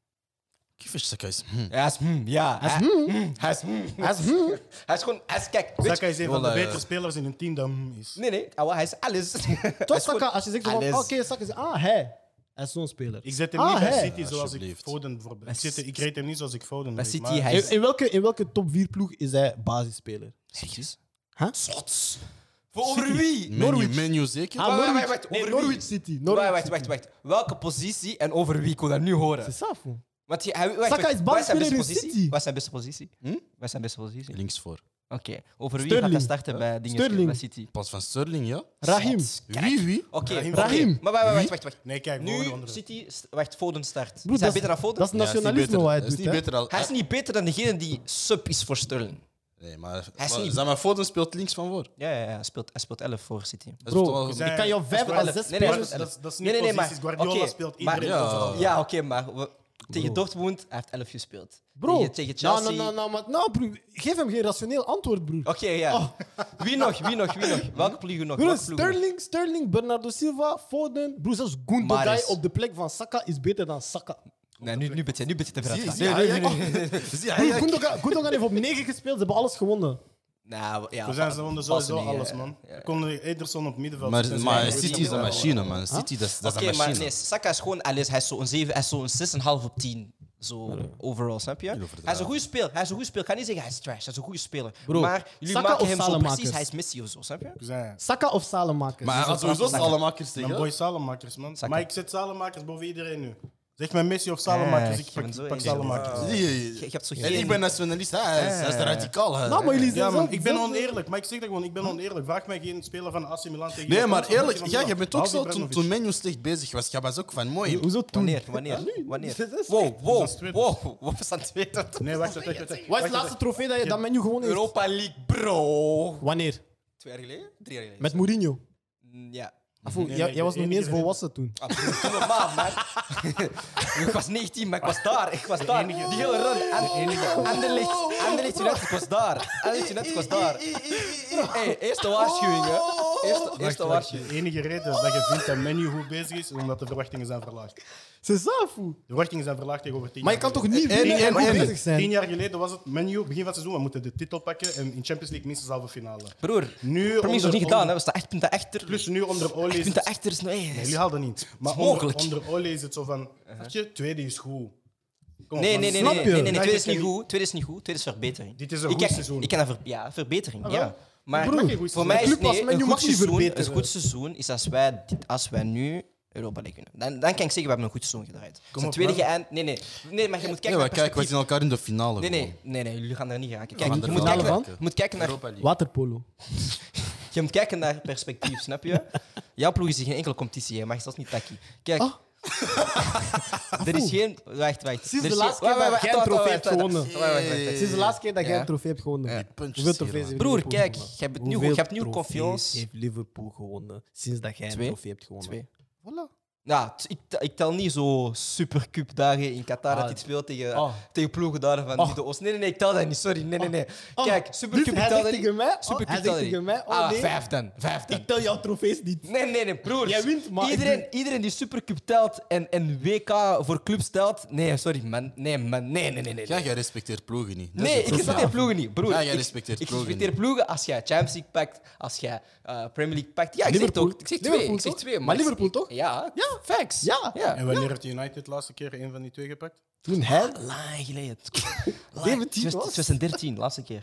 Kiefer Saka is... hm. Ja, hij is... hmm, ja. Hij is... hmm, Hij is... hmm. Hij is hm. Hij is gewoon... Hij is... Kijk, weet Saka je... is een van de Voilà, betere ja. spelers in een team dan hem is. Nee, nee. Hij is alles. Hij Tot is Saka, gewoon als je zegt van, oké, alles. Saka is... Ah, hij. Hij is zo'n speler. Ik zet hem Ah, niet bij hij. City zoals ik Alsjeblieft. Foden bijvoorbeeld. Ik, Bij zet, ik rate hem niet zoals ik Foden Bij rate, City, maar- hij In, is... in, welke, in welke top vier ploeg is hij basisspeler? Serieus? Huh? Zots. Voor over wie? Menu, Norwich. menu zeker? Ah, Wacht, wacht, Norwich. wacht, Nee, over Norwich wie? City. Norwich Wacht, wacht, wacht, wacht. Welke positie en over wie? Ik wil dat nu horen. C'est ça, fou. Want hij, hij, wacht, Saka wacht, is wat zijn basisspeler beste in positie? City. Wat is zijn beste positie? Hm? Wat is zijn beste positie? Linksvoor. Oké, over wie Sterling. gaat hij starten bij dingen Sterling. bij City? Pas van Sterling, ja? Rahim. Zots. Kijk. Wie, wie? Oké, Rahim. oké. Rahim. Maar wacht, wacht, wacht, wacht. Nee, kijk, Nu, gewoon onder- City, st- wacht, Foden start. Broer, Is hij dat beter dan Foden? Dat is Ja, hij is niet nationalisme beter- wat hij hij is doet. niet hè. beter al... Hij is niet beter dan degene die sub is voor Sterling. Nee, maar... Hij is maar- niet- Zeg maar, Foden speelt links van voor. Ja, ja, ja. Hij, speelt, hij speelt elf voor City. Dat is Bro, toch wel- zijn- ik kan jou vijf speelt à elf. zes Nee, nee, spelers... Dat is- dat is niet Nee, nee, nee, posities. maar... Guardiola oké, speelt maar- iedereen Ja. overal. Ja, oké, maar... we- tegen Dortmund, hij heeft elf gespeeld. Bro, Tegen, tegen nou, Chelsea... nou, nou, nou, maar- nou, broer, geef hem geen rationeel antwoord, broer. Oké, ja. Wie nog? Wie nog? Wie nog? Welke ploegen nog? Broer, Welke ploegen nog? Sterling, Sterling, Bernardo Silva, Foden. Broer, zelfs Gundogan Mahrez. op de plek van Saka is beter dan Saka. Nee, nu, nu ben je nu ben je te ver aan het Zie- gaan. zie- Nee, nee, hij- nee, nee. Zie je, Broer, hij- Gundogan, Gundogan heeft op negen gespeeld, ze hebben alles gewonnen. Nou, ja. We zijn ze wonnen sowieso passen niet, alles, ja. man. Ja. Konden Ederson op middenveld Maar, zetten. maar Zijn- City is een machine, man. City, dat is, dat is Oké, een maar machine. nee, Saka is gewoon alles. Hij is zo'n zeven, hij is zo'n zes komma vijf op tien. Zo overall, snap je? overdrijven. Hij is een goede speler. Hij is een goede speler. Ik ga niet zeggen hij is trash. Hij is een goede speler. Bro, maar jullie Saka maken of hem zo Salemakers? precies. Hij is Messi of zo, snap je? We zijn- Saka of Salemakers? Maar hij gaat sowieso Salemakers Mijn tegen. boy Salemakers, man. Saka. Maar ik zet Salemakers boven iedereen nu. Zeg maar Messi of Salemakers, Eh, ik je bent pak, zo pak ingenomen. Salemakers. Zie je? Je, je hebt zo En geen... ik ben nationalist, hè. hij is, hij is de radicaal. hè. Nou, maar jullie zijn Ja, man, zelf- ik ben zelf- oneerlijk. Maar ik zeg dat gewoon, ik ben oneerlijk. Vraag mij geen speler van A C Milan tegen Nee, iemand maar anders, eerlijk, want ja, iemand je bent ook anders. zo toen, toen Menu slecht bezig was. Je was ook van mooi. Hoezo toen? Wanneer? Wanneer? Wanneer? Dat is- Wow, wow, Dat is tweede. wow. Wat is dat tweede? Nee, wacht, wacht, wacht. wacht. Wat is Wacht, de laatste trofee dat je dat menu gewoon heeft? Europa League, bro. Wanneer? Twee jaar geleden? Drie jaar geleden. Met Mourinho. Mm, Ja. Afu, Nee, jij, nee, jij was de nog niet eens enige- volwassen toen. Ah, broer, doe normaal, man. Ik was negentien, maar ik was daar. Ik was daar. Die hele run. En- Anderlecht, Anderlecht United, ik was daar. Anderlecht United, ik was daar. Hey, eerste waarschuwing, hè. Eerste, eerste wacht, wacht. waarschuwing. De enige reden dat je vindt dat menu goed bezig is, is omdat de verwachtingen zijn verlaagd. C'est ça, Afu. De verwachtingen zijn verlaagd tegenover tien Maar je jaar kan toch geleden. niet winnen en en- goed en- bezig zijn? Tien jaar geleden was het menu, begin van het seizoen, we moeten de titel pakken en in Champions League minstens halve finale. Broer, Nu voor mij is onder- nog niet gedaan, hè. onder- We staan echt punten achter. Plus nu onder Ole Echt is punten het... achter is nog... Nee, jullie haalden niet. Maar is onder, mogelijk. onder Ole is het zo van... Weet je, tweede is goed. Kom op, Nee, man. nee, nee, Snap nee, je? nee, nee, nee, tweede is United niet kan goed. Tweede is niet goed. Tweede is verbetering. Dit is een Ik goed kijk- seizoen. Ik ken een ver- ja, verbetering, ja. wel. Maar Broer, geen goed voor seizoen. mij De is club als nee, menu een mag goed niet seizoen, verbeteren. een goed seizoen is als wij, dit, als wij nu Europa League winnen. Dan, dan kan ik zeggen, we hebben een goed seizoen gedraaid. Zijn op, tweede man. geëindigd... Nee, nee. Nee, maar je moet kijken Ja, maar naar kijk, we perspectief. zien elkaar in de finale. Nee, gewoon. nee, nee, nee, jullie gaan daar niet geraken. We Kijk, gaan je er moet finale kijken, naar, van. je moet kijken naar... Europa League. Waterpolo. Je moet kijken naar perspectief, snap je? Jouw ploeg is in geen enkele competitie, je mag zelfs niet takkie. Kijk, Ah. er is geen... Wacht, wacht. Sinds Er de is laatste geen- keer dat wacht, jij een wacht, trofee wacht, hebt wacht, gewonnen. wacht, wacht, wacht, wacht. Sinds de laatste keer dat jij Ja. een trofee hebt gewonnen. Ja. punches Hoeveel hier, trofees man. heeft Broer, Liverpool kijk, gewonnen? je hebt nieuw- Hoeveel je hebt nieuw trofees confiance. heeft Liverpool gewonnen sinds dat jij een Twee. trofee hebt gewonnen? Twee. Voilà. Ja, t- ik, t- ik tel niet zo supercup dagen in Qatar Ah. dat hij speelt tegen, Ah. tegen ploegen daar van Ah. Midden-Oosten. Nee, nee, nee, ik tel dat niet, sorry. Nee, nee, nee. Ah. Kijk, Dus supercup, hij ik tel zegt dat niet. tegen mij, oh, Supercup hij tel zegt dat tegen niet. mij, oh Ah, nee. vijf dan, vijf dan. Ik tel jouw trofees niet. Nee, nee, nee, broer. Jij wint, maar ik iedereen, doe- iedereen die Supercup telt en, en W K voor clubs telt... Nee, sorry, man. Nee, man. Nee, nee, nee. nee. Ja, jij respecteert ploegen niet. Dat is Nee, het ik probleem. respecteer ploegen niet, broer. Ja, jij Ik- respecteert ik, ploegen respecteer niet. ploegen als jij Champions League pakt, als jij eh, Premier League pakt. Ja, ik zeg Liverpool. toch. Ik zeg twee. Liverpool Ik zeg toch? twee. Maar ik- Liverpool toch? Ja, Ja. facts. Ja. ja. En wanneer heeft United de laatste keer een van die twee gepakt? Toen hij... Lang geleden. zeventien Lang. was? twintig dertien, laatste keer.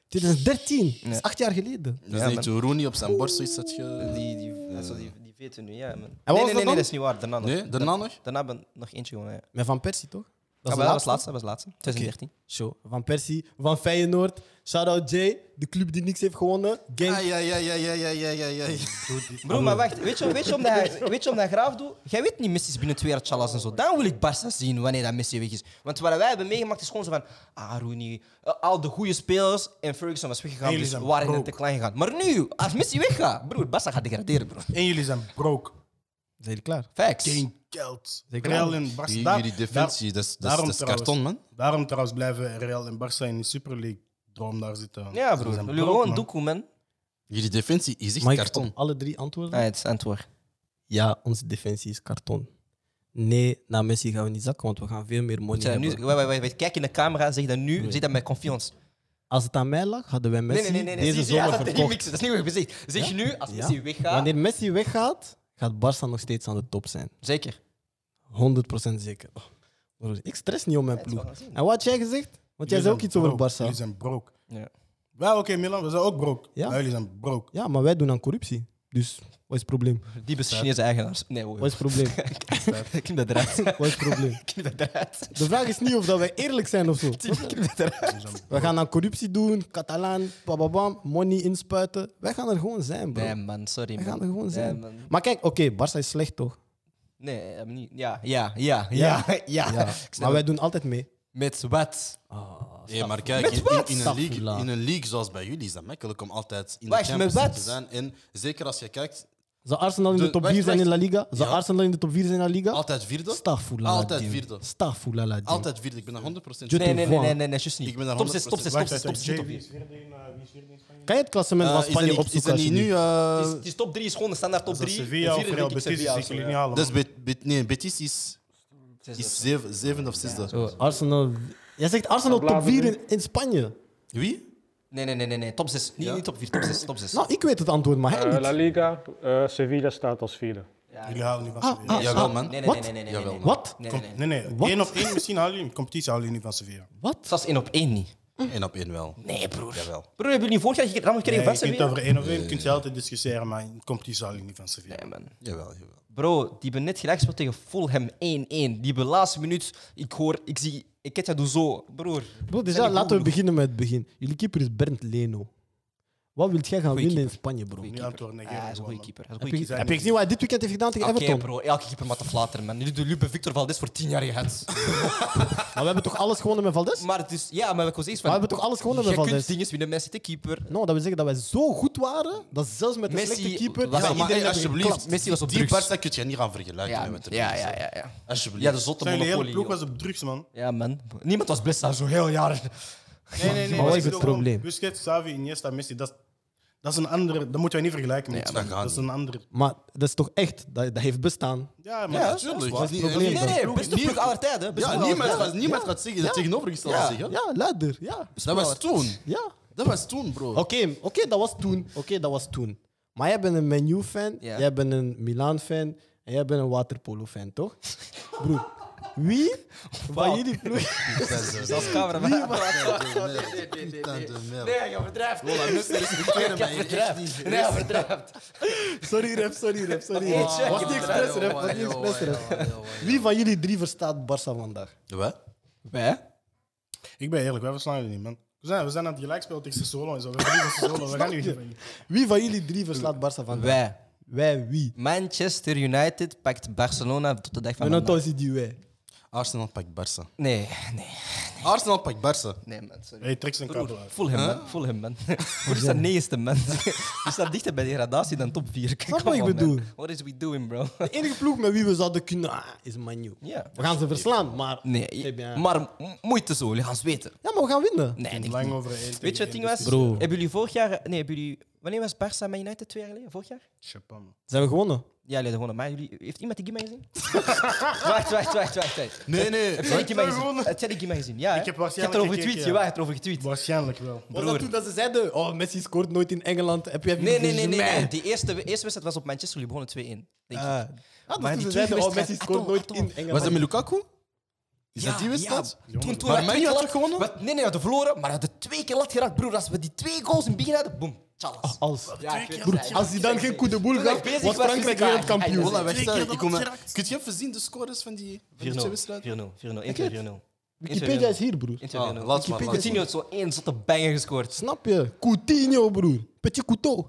twintig dertien, dat is Ja. acht jaar geleden. Dus Ja, niet man. toen Rooney op zijn borst zoiets had ge... Die, die, dat is zo die, die weten nu, ja, man. Nee, was nee, dat nee, dan? dat is niet waar. Daarna nog. Nee, daarna nog? Daarna hebben we nog eentje gewonnen, ja. Met Van Persie, toch? Dat is de was laatste? laatste, dat was laatste. twintig dertien. Show. Van Persie, van Feyenoord. Shout-out Jay, de club die niks heeft gewonnen. Gang. Ah, ja, ja, ja, ja, ja, ja, ja, ja. Bro, maar wacht. Weet je, weet je, omdat hij, weet je omdat hij graaf doet? Jij weet niet Messi is binnen twee jaar Chalas en zo. Dan wil ik Barça zien wanneer dat Messi weg is. Want wat wij hebben meegemaakt is gewoon zo van... Ah, Rooney, uh, al de goede spelers en Ferguson was weggegaan, Jullie dus zijn we waren broke. te klein gegaan. Maar nu, als Messi weggaat, broer, Barça gaat degraderen, bro. En jullie zijn broke. Zijn jullie klaar? Facts. Geen geld. Zeker Real wel. en Barça. Jullie daar- jullie defensie, dat is- dat is- daarom dat is trouwens- karton, man. Daarom trouwens blijven Real en Barça in de Super League droom daar zitten. Ja, Ze broer. zijn Jullie broke, gewoon man. doekoe, man. Jullie defensie is echt Mag ik karton. op alle drie antwoorden? Ah, het is antwoord. Ja, onze defensie is karton. Nee, na Messi gaan we niet zakken, want we gaan veel meer money Moet je dat nu, hebben. wacht, wacht, wacht, wacht. Kijk in de camera, zeg dat nu, zeg dat met confiance. Als het aan mij lag, hadden wij Messi Nee, nee, nee, nee, nee. deze zie je, zomer ja, dat is niet verkocht. mixen. Dat is niet wat je gezegd. Zeg je nu, als Ja. Messi weggaat... Wanneer Messi weggaat, gaat Barça nog steeds aan de top zijn. Zeker. honderd procent zeker. Oh, broer, ik stress niet om mijn Ja, het ploeg. is wel gezien. En wat had jij gezegd? Want jij Jullie zei ook zijn iets over broke. Barça. Jullie zijn broke. Ja. Wel, oké, Milan, we zijn ook broke. Ja? Maar jullie zijn broke. Ja, maar wij doen aan corruptie. Dus wat is het probleem? Die best Chinese eigenaars. Nee, hoor. Wat is het probleem? Knip dat eruit. Wat is het probleem? Knip dat eruit. De vraag is niet of dat wij eerlijk zijn of zo. Knip dat eruit. Jullie zijn We gaan aan corruptie doen, Catalaan, bababam, money inspuiten. Wij gaan er gewoon zijn, bro. Nee, man, sorry. Wij man. gaan er gewoon Nee, zijn. man. Maar kijk, oké, Barça is slecht toch? Nee, eh, niet. Ja, ja, ja, ja, ja. Ja. Ik snap Maar wij het. doen altijd mee. Met wat? Nee, maar kijk, Met in, wat? in, in, een league, Stafula. in een league zoals bij jullie is dat makkelijk om altijd in Wacht, de Champions met League wat? te zijn. En zeker als je kijkt, Zou Arsenal in de, De- top wacht, vier zijn wacht. in La Liga? Zou Ja. Arsenal in de top vier zijn in La Liga? altijd vierde. Stafula. Altijd vierde. Stafula. La Altijd vierde. Ik ben er honderd procent Jut- Nee, nee, nee, Voir. nee, nee, nee, juist niet. Ik ben daar Top zes, top zes, top Wacht, zes, top wacht, zes, Jay, top wie zes. is vierde in, eh, wie is vierde in Spanje? Kan je het klassement van Eh, is Spanje dat niet, is opzoeken? dat niet nu... alsjeblieft? eh, Het is- Het is top drie, is gewoon de standaard top Als dat drie. Sevilla of Vierde Real denk ik Betis is, Sevilla ik of zo, jullie ja. niet halen. dat is man. Bet- Bet- nee, Betis is, is zeven, zevende of zesde. Zo, Arsenal... Jij zegt Arsenal top vier in, in Spanje. Wie? Nee, nee, nee, nee, nee. Top zes. Niet, Ja? niet top vier, top zes, top zes. Nou, ik weet het antwoord, maar hij Eh, niet. La Liga, eh, Sevilla staat als vierde. Jullie halen niet van Ah, Sevilla. ah, Jawel, ah, man. Nee, nee, Wat? nee, nee, nee, nee, Jawel, nee, man. Wat? Nee, Kom, nee, nee. nee, nee. Wat? één op één misschien halen jullie. Competitie halen jullie niet van Sevilla. Wat? Zelfs één op één niet. Eén op één wel. Nee, broer. Jawel. Broer, hebben jullie vorig jaar gekregen Nee, gekregen je van kunt Sevilla? over één op één kun je altijd discussiëren, maar in competitie halen jullie niet van Sevilla. Nee, man. Jawel, jawel. Bro, die hebben net gelijk gespeeld tegen Fulham één één. Die hebben de laatste minuut... Ik hoor... Ik zie... Ik heb dat doe zo. Broer. Bro, dus Zijn ja, die laten we goed beginnen met het begin. Jullie keeper is Bernd Leno. Wat wilt jij gaan Goeie winnen in keeper. Spanje, bro? Niet antwoorden, Ah, negeren hij is een gewoon, goede keeper. Hij is een Heb je, goede keeper. heb je gezien wat hij dit weekend heeft gedaan tegen Oké, Everton? bro. Elke keeper moet te flatteren, man. Jullie jullie hebben Victor Valdes voor tien jaar gehad. Maar we hebben toch alles gewonnen met Valdes? Maar het is... Ja, maar ik was eens van... Maar we hebben toch alles gewonnen met Je kunt Valdes? dingen winnen met de keeper. No, dat wil zeggen dat wij zo goed waren, dat zelfs met een Messi slechte keeper... was- wij Ja, maar iedereen hey, hebben alsjeblieft, geklapt. Messi was op die drugs. Barca kun je niet gaan vergelijken Ja, met de ja, Barca. ja, ja, ja. Alsjeblieft. Ja, de zotte Zijn jullie hele monopolie. ploeg joh. was op drugs, man. Ja, man. Niemand was best zo heel jaar. Nee, nee, nee. Maar wat is ik het bedoel gewoon probleem? Busquets, Xavi, Iniesta, Messi, dat, dat is een andere... Dat moeten wij niet vergelijken met dat Spanje. gaat Dat is een andere... Maar dat is toch echt, dat, dat heeft bestaan. Ja, maar Ja, dat is Tuurlijk. waar. Dat is niet- probleem. Nee, nee, beste Niet- ploeg aller tijden. Beste Ja, ploeg niemand, aller gaat, tijden. niemand gaat zeggen, het tegenovergestelde Ja. zeggen. Ja, luider, ja. Dat was toen. Ja. Dat was toen, bro. Oké, oké, dat was toen. Oké, dat was toen. Maar jij bent een Man U-fan, Ja. jij bent een Milan-fan en jij bent een waterpolo-fan, toch? Broer, wie van jullie ploeg... Zelfs cameraman. Putain de merde. Nee, je verdrijft. Voilà, mensen respecteren mij hier echt niet. Nee, je verdrijft. Sorry, ref, sorry, ref, sorry. Oh, Was check niet it. expres, ref, was niet expres, ref. Wie van jullie drie verstaat Barça vandaag? Wat? Wij? Ik ben eerlijk, wij verslaan jullie niet, man. We zijn, we zijn aan het gelijkspel tegen Sassuolo en zo. We verliezen Sassuolo, we gaan niet geven. Wie van jullie drie verslaat Barça vandaag? Wij. Wij, wie? Manchester United pakt Barcelona tot de dag van Maar nou vandaag. toch is die wij. Arsenal pakt Barça. Nee, nee. Arsenal pakt Barça. Nee, man. Sorry. Hey, trek zijn kabel Broer, uit. voel hem, man. Voel hem, man. We staan negende, man. We staan dichter bij degradatie dan top vier. Snap wat ik bedoel? What is we doing, bro? De enige ploeg met wie we zouden kunnen ah, is Man U. Ja. We gaan ze verslaan, maar... Nee, Eh bien. maar m- moeite zo. Jullie gaan zweten. Ja, maar we gaan winnen. Nee, denk Lang niet. over één. Weet je wat het ding was? Bro. Hebben jullie vorig jaar... Nee, hebben jullie... Wanneer was Barça met United? Twee jaar geleden? Vorig jaar? Chapan. Zijn we gewonnen? Ja, jullie hadden gewonnen. Maar jullie... Heeft iemand die Gimma gezien? wacht, wacht, wacht, wacht, wacht. Nee, nee. Heb jij die Gimma gezien? gewonnen? Heb jij die Gimma gezien? Ja, hè? Ik heb Je waarschijnlijk hebt erover gekeken, getweet. ja. Je hebt erover getweet. Waarschijnlijk wel. Was dat toen dat ze zeiden, oh, Messi scoort nooit in Engeland. Heb je even Nee, nee, nee, nee, gezien? nee. Die eerste, eerste wedstrijd was op Manchester. Jullie begonnen twee één. Denk ik. Ah. Ah, Maar dus die toen ze zeiden, oh, terugwedstrijd- Messi scoort Attends, nooit attends. in Engeland. Was dat met Lukaku? Is dat die wedstrijd? Ja, toen, toen Maar had Man twee U had lat- toch gewonnen? Wat- Nee, nee, we hadden verloren, maar we hadden twee keer lat geraakt. Broer, als we die twee goals in het begin hadden, boom, tjallas. Als, Ja, ik weet broer, het. als hij dan geen coup de boel Toen gaf, ik bezig was was, Frankrijk wist ik wereldkampioen. dat. Voilà, wacht, Twee keer ik dat kom... het geraakt. Kun je even zien de scores van die, van die vier twee nul, wedstrijden? vier nul, vier nul, één twee vier nul. Wikipedia is hier, broer. één twee Ah, vier nul. laat maar, laat Coutinho maar. heeft zo één zotte banger gescoord. Snap je? Coutinho, broer. Petit couteau.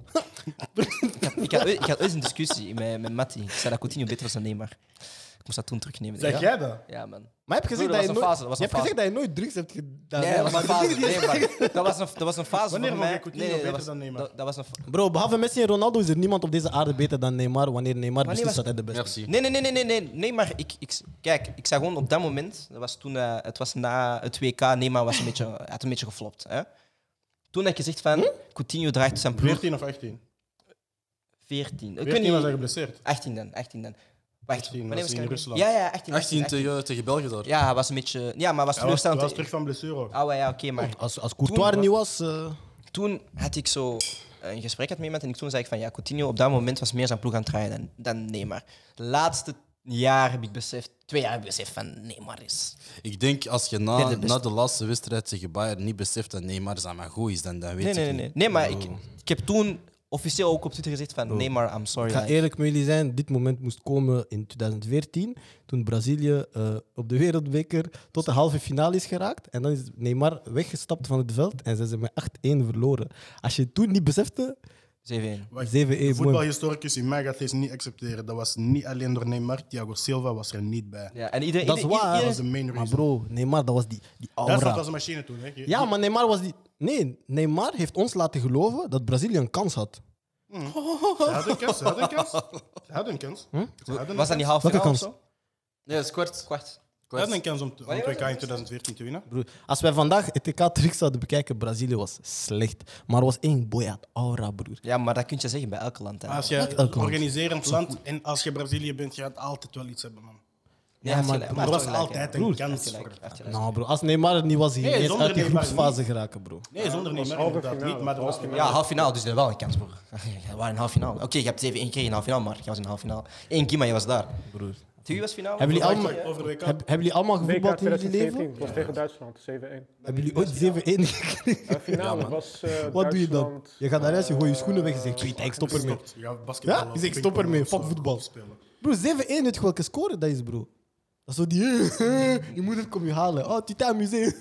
Ik had, ik had, ooit- ik had ooit een discussie met, met Matti. Ik zei dat Coutinho beter was dan Neymar. Ik moest dat toen terugnemen. Zeg ja? jij dat? Ja, man. Maar je hebt gezegd Broer, dat je dat was een nooit... fase, dat was Je een hebt gezegd fase. dat je nooit drugs hebt gedaan. Nee, hè? dat was een Maar- fase. Nee, maar dat was een, dat was een fase Wanneer voor vond mij. je Coutinho Nee, nee, beter dat was, dan Neymar? dat, dat was een fa- Bro, behalve Messi en Ronaldo is er niemand op deze aarde beter dan Neymar. Wanneer Neymar Wanneer beslist was- dat hij de beste is. Merci. Nee, nee, nee, nee, nee, nee, nee, maar ik, ik, kijk, ik zag gewoon op dat moment, dat was toen, eh, het was na het W K, Neymar was een beetje, hij had een beetje geflopt. Hè? Toen heb ik gezegd van, Coutinho draagt zijn ploeg veertien of achttien? veertien. Ik weet veertien was hij niet, geblesseerd. achttien dan, achttien dan. Wacht, achttien, wanneer was was in ik- Rusland. Ja, ja, achttien. achttien achttien. tegen, tegen België daar. Ja, hij was een beetje, ja, maar was Hij was, hij teleurstellend. was terug van blessure ook. Ah, ja, oké, maar Als, als Courtois er Toen- niet was... eh, toen had ik zo een gesprek had met iemand en ik toen zei ik van ja, Coutinho op dat moment was meer zijn ploeg aan het draaien dan, dan Neymar. De laatste jaar heb ik beseft, twee jaar heb ik beseft van Neymar is. Ik denk als je Nee, na, de beste. na de laatste wedstrijd tegen Bayern niet beseft dat Neymar zijn maar goed is, dan, dan weet Nee, ik nee, nee, niet. nee. Nee, maar ik, ik heb toen officieel ook op Twitter gezegd van Neymar, I'm sorry. Ik ga like- eerlijk met jullie zijn, dit moment moest komen in twintig veertien, toen Brazilië eh, op de wereldbeker tot de halve finale is geraakt. En dan is Neymar weggestapt van het veld en ze zijn met acht één verloren. Als je het toen niet besefte, zeven één. Wacht, zeven één, de mooi. voetbalhistoricus in mij gaat deze niet accepteren. Dat was niet alleen door Neymar. Thiago Silva was er niet bij. Ja, en iedereen, Dat is iedereen- waar. Dat was iedereen- de main Maar reason. bro, Neymar, dat was die, die Dat was aura. als een machine toen. Hè. Je- Ja, maar Neymar was die... Nee, Neymar heeft ons laten geloven dat Brazilië een kans had. Ze hadden een kans. Ze hadden een kans. Ze hadden een kans. Ze hadden een was dat niet half Welke finale of kans? zo? Nee, dat is kwart. Kwart. Ze hadden een kans om, om Wanneer het W was K in twintig veertien te winnen. Broer, als wij vandaag het T K terug zouden bekijken, Brazilië was slecht. Maar er was één boy aura, broer. Ja, maar dat kun je zeggen bij elke land. Hè. Maar als Wat je elk land? organiserend land en als je Brazilië bent, je gaat altijd wel iets hebben, man. Ja, Ja, maar, maar- maar Er hij was heeft gelijk, altijd hè. een Hij heeft kans gelijk, voor. hij heeft gelijk. Nou, bro, als Neymar er niet was, ging hij Nee, niet eens zonder uit die Neymar groepsfase geraken, bro. Nee, zonder Neymar halve inderdaad finale. niet. Maar er was Ja, half finale, dus er wel een kans voor. Je was in half finale. Oké, je hebt zeven één gekregen in half finale, maar je was in half finale. Eén keer, maar je was daar. broer. Wie was finale? Hebben jullie Wacht, allemaal, wacht, over W K. heb- hebben jullie allemaal W K gevoetbald in jullie twintig veertien, leven? het was tegen Duitsland, zeven één. Hebben jullie ooit zeven één gekregen? De finale was eh Wat doe je dan? Duitsland, Je gaat naar huis, je gooit je eh, schoenen weg en zegt, "Tweet, ik stop ermee." Stopt. Je gaat basketbal Ja? Je zegt, stop ermee, fuck voetbal. Bro, zeven één, weet je welke score dat is, bro? Dat is zo die... je moeder komt je halen. Oh, tu t'es amusé.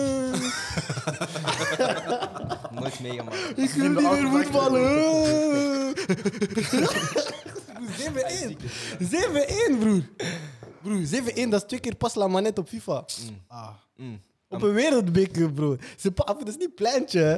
Nooit meegemaakt. Ik wil niet meer voetballen. zeven één. zeven één, broer. Broer, zeven één, dat is twee keer pas la manette op FIFA. Ah, Op een wereldbeker, bro. Ze pa- dat is niet pleintje, hè?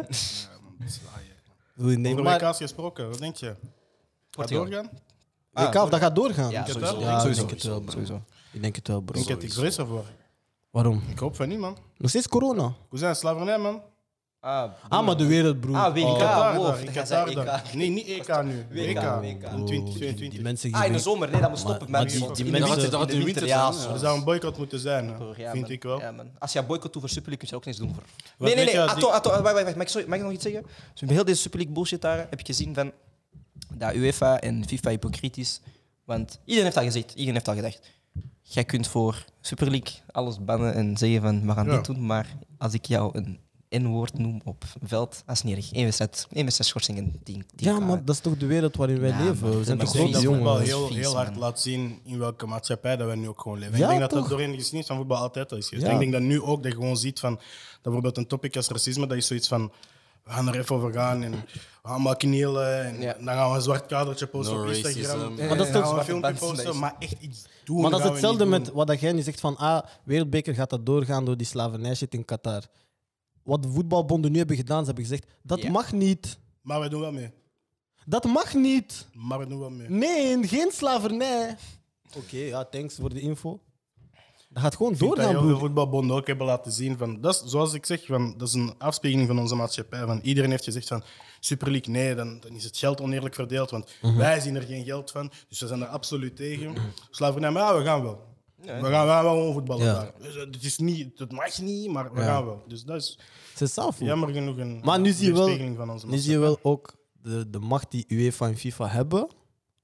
Broer, nee, over maar... W K's gesproken, wat denk je? Gaat Portugal. doorgaan? W K, of dat gaat doorgaan? Ja, het sowieso. wel? Ja, sowieso. ik denk het wel, bro. Sowieso. Ik denk het wel, bro. Ik heb ik vrees ervoor. Waarom? Ik hoop van niet, man. Nog steeds corona. Hoe zijn slavernij, man? Ah, Ah, maar de wereld, broer. Ah, W K. Oh. Qatar wow, daar, dat in gaat Qatar zijn daar. E K. Nee, niet E K nu. W K, W K. W K. In Oh, twintig die, tweeëntwintig. die mensen Ah, in de geven... zomer. Nee, dat moet stoppen. maar Maar die- die, die in mensen- de winter, dat gaat in in de de winter, winter ja. zijn, zo. ja. Er zou een boycott moeten zijn, hè. Ja, vind man. ik wel. Ja, man. Als je boycott doet voor Super League, kun je ook niks doen voor. Wat Nee, nee, weet nee. je, Atto, die- atto, wacht, wacht, wacht. Mag ik, sorry, mag ik nog iets zeggen? Dus bij heel deze Super League bullshit daar heb ik gezien van dat UEFA en FIFA hypocriet is. Want iedereen heeft al gezegd, iedereen heeft al gedacht. Jij kunt voor Super League alles bannen en zeggen van we gaan Ja. dit doen, maar als ik jou een N-woord noem op veld, dat is niet erg. Eén wedstrijd, één wedstrijd schorsing en tien. tien Ja, maar dat is toch de wereld waarin wij Ja, leven? man. We zijn Maar toch ik denk grote dat voetbal jongens? heel, Vies, heel hard man. laat zien in welke maatschappij dat we nu ook gewoon leven. Ja, ik denk dat toch? dat doorheen de geschiedenis van voetbal altijd al is geweest. Ja. Ik denk dat nu ook dat je gewoon ziet van dat bijvoorbeeld een topic als racisme, dat is zoiets van we gaan er even over gaan en we gaan maar knielen en Ja. dan gaan we een zwart kadertje posten No op Instagram. racism. En Maar dat is dan toch- gaan we een filmpje Zwarte bands, posten, dat is- maar echt iets doen. Maar dat is gaan we hetzelfde niet met doen. wat dat jij nu zegt van ah, wereldbeker gaat dat doorgaan door die slavernij-shit in Qatar. Wat de voetbalbonden nu hebben gedaan, ze hebben gezegd, dat Ja. mag niet. Maar we doen wel mee. Dat mag niet. Maar we doen wel mee. Nee, geen slavernij. Oké, ja, thanks voor de info. Dat gaat gewoon Ik vind dat doorgaan, heel veel broer. voetbalbonden ook hebben laten zien. Van, dat is, zoals ik zeg, van, dat is een afspiegeling van onze maatschappij. Van, iedereen heeft gezegd van Super League, nee, dan, dan is het geld oneerlijk verdeeld. Want Mhm. wij zien er geen geld van, dus we zijn er absoluut tegen. Slavernij, maar ja, we gaan wel. We gaan, we gaan wel gewoon voetballen Ja. daar. Dus, eh, het, is niet, het mag niet, maar we Ja. gaan wel. Dus dat is C'est ça, fool. jammer genoeg een Maar nu zie je wel, weerspiegeling van onze nu zie je wel ook de, de macht die UEFA en FIFA hebben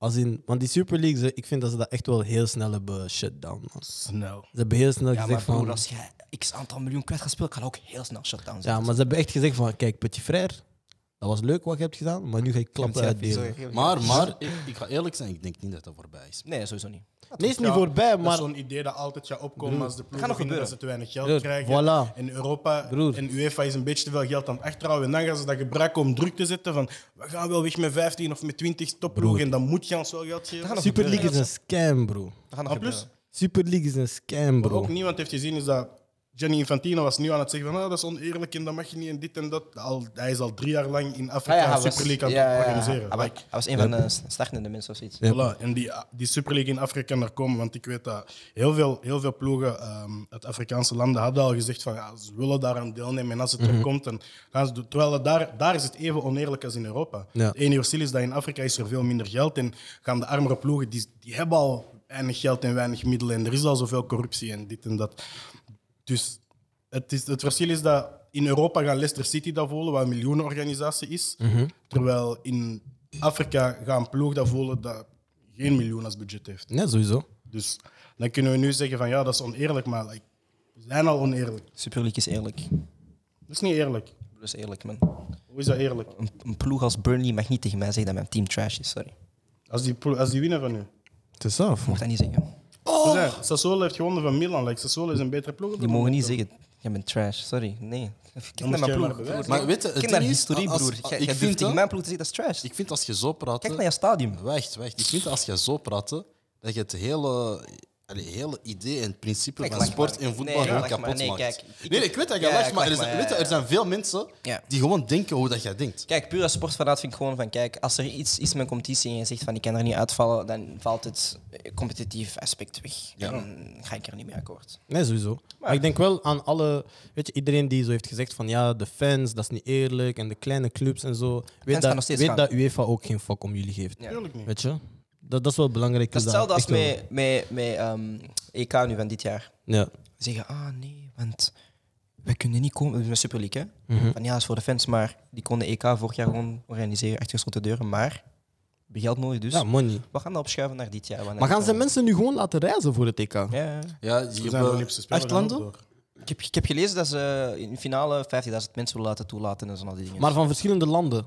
Als in, want die Super League, ze- ik vind dat ze dat echt wel heel snel hebben shutdown. Man. Snel. Ze hebben heel snel Ja, maar gezegd broer, van... als je x aantal miljoen kwijt gaat spelen, kan ook heel snel shutdown Ja, zijn. maar ze hebben echt gezegd van, kijk, Petit Frère, dat was leuk wat je hebt gedaan, maar nu ga ik klappen uitdelen. Maar, maar ik, ik ga eerlijk zijn, ik denk niet dat dat voorbij is. Nee, sowieso niet. Nee, is niet Ja, voorbij, Dat is maar... zo'n idee dat altijd gaat opkomen Broer, als de gaat ploegen nog vinden dat gebeuren. ze te weinig geld Broer, krijgen. voilà. In Europa Broer. en UEFA is een beetje te veel geld aan het achterhouden. En dan gaan ze dat gebruiken om druk te zetten van we gaan wel weg met vijftien of met twintig topploegen en dan moet je ons wel geld geven. gaat nog Super League is een scam, bro. Dat gaat nog Maar plus, gebeuren. Super League is een scam, wat bro. ook niemand heeft gezien is dat Gianni Infantino was nu aan het zeggen van ah, dat is oneerlijk en dat mag je niet en dit en dat. Al, hij is al drie jaar lang in Afrika Ah, ja, hij een Super League aan het ja, ja, ja. organiseren. Hij, wa- Like, hij was een van de startende mensen of zoiets. Ja. Voilà. En die, die Super League in Afrika naar komen, want ik weet dat heel veel, heel veel ploegen ehm, uit Afrikaanse landen hadden al gezegd van ja, ze willen daaraan deelnemen en als het er komt, dan gaan ze doen. Terwijl het daar, daar is het even oneerlijk als in Europa. Ja. Het enige verschil is dat in Afrika is er veel minder geld en gaan de armere ploegen, die, die hebben al weinig geld en weinig middelen en er is al zoveel corruptie en dit en dat. Dus het, is, het verschil is dat in Europa gaan Leicester City dat voelen, wat een miljoenenorganisatie is. Terwijl in Afrika gaan ploeg dat voelen dat geen miljoen als budget heeft. Nee, sowieso. Dus dan kunnen we nu zeggen van ja, dat is oneerlijk, maar like, we zijn al oneerlijk. Super League is eerlijk. Dat is niet eerlijk. Dat is eerlijk, man. Hoe is dat eerlijk? Een, een ploeg als Burnley mag niet tegen mij zeggen dat mijn team trash is. Sorry. Als die, ploeg- als die winnen van u. Het is af. Je mag dat niet zeggen. Oh. Zijn, Sassuolo heeft gewonnen van Milan. Like, Sassuolo is een betere ploeg. op Je dit mogen niet moment. zeggen, jij bent trash. Sorry, nee. Kijk Dan naar moet mijn jij ploeg. maar bewijzen. Maar weet je, het Kijk naar ding is, historie, als- broer. als- Jij ik jij vind durft tegen dat- mijn ploeg te zeggen, dat is trash. Ik vind als je zo praat... Kijk naar je stadium. Wacht, wacht. Ik vind als je zo praat, dat je het hele, allee, hele idee en het principe Kijk, van lach sport maar. en voetbal Nee, gewoon lach maar. kapot Nee, maakt. kijk, ik nee, heb- ik weet dat je Ja, lacht, ik maar er lach zijn, maar, weet je, ja, er zijn veel mensen Ja. die gewoon denken hoe dat jij denkt. Kijk, puur als sportfanaat vind ik gewoon van, kijk, als er iets is met een competitie en je zegt van, ik kan er niet uitvallen, dan valt het eh, competitief aspect weg. Dan ga ik er niet mee akkoord. Nee, sowieso. Maar ik denk wel aan alle... Weet je, iedereen die zo heeft gezegd van ja, de fans, dat is niet eerlijk, en de kleine clubs en zo. Weet, gaan dat, nog steeds weet gaan. dat UEFA ook geen fuck om jullie geeft. Ja. Tuurlijk niet. Weet je? Dat, dat is wel belangrijk. Dat is dus hetzelfde als echt wel- met, met, met ehm, E K nu van dit jaar. Ja. We zeggen, ah nee, want we kunnen niet komen. We hebben een Super League, hè? Mhm. Van ja, dat is voor de fans, maar die konden E K vorig jaar gewoon organiseren, achter gesloten deuren. Maar we hebben geld nodig, dus ja, money. we gaan dat opschuiven naar dit jaar. Maar gaan ze mensen nu gewoon laten reizen voor het E K? Ja, ja. Ja, Er je zijn hebt Olympische Spelen acht gaan ook landen. door. Ik, heb, ik heb gelezen dat ze in de finale vijftigduizend mensen willen laten toelaten en zo al die dingen. Maar van verschillende landen.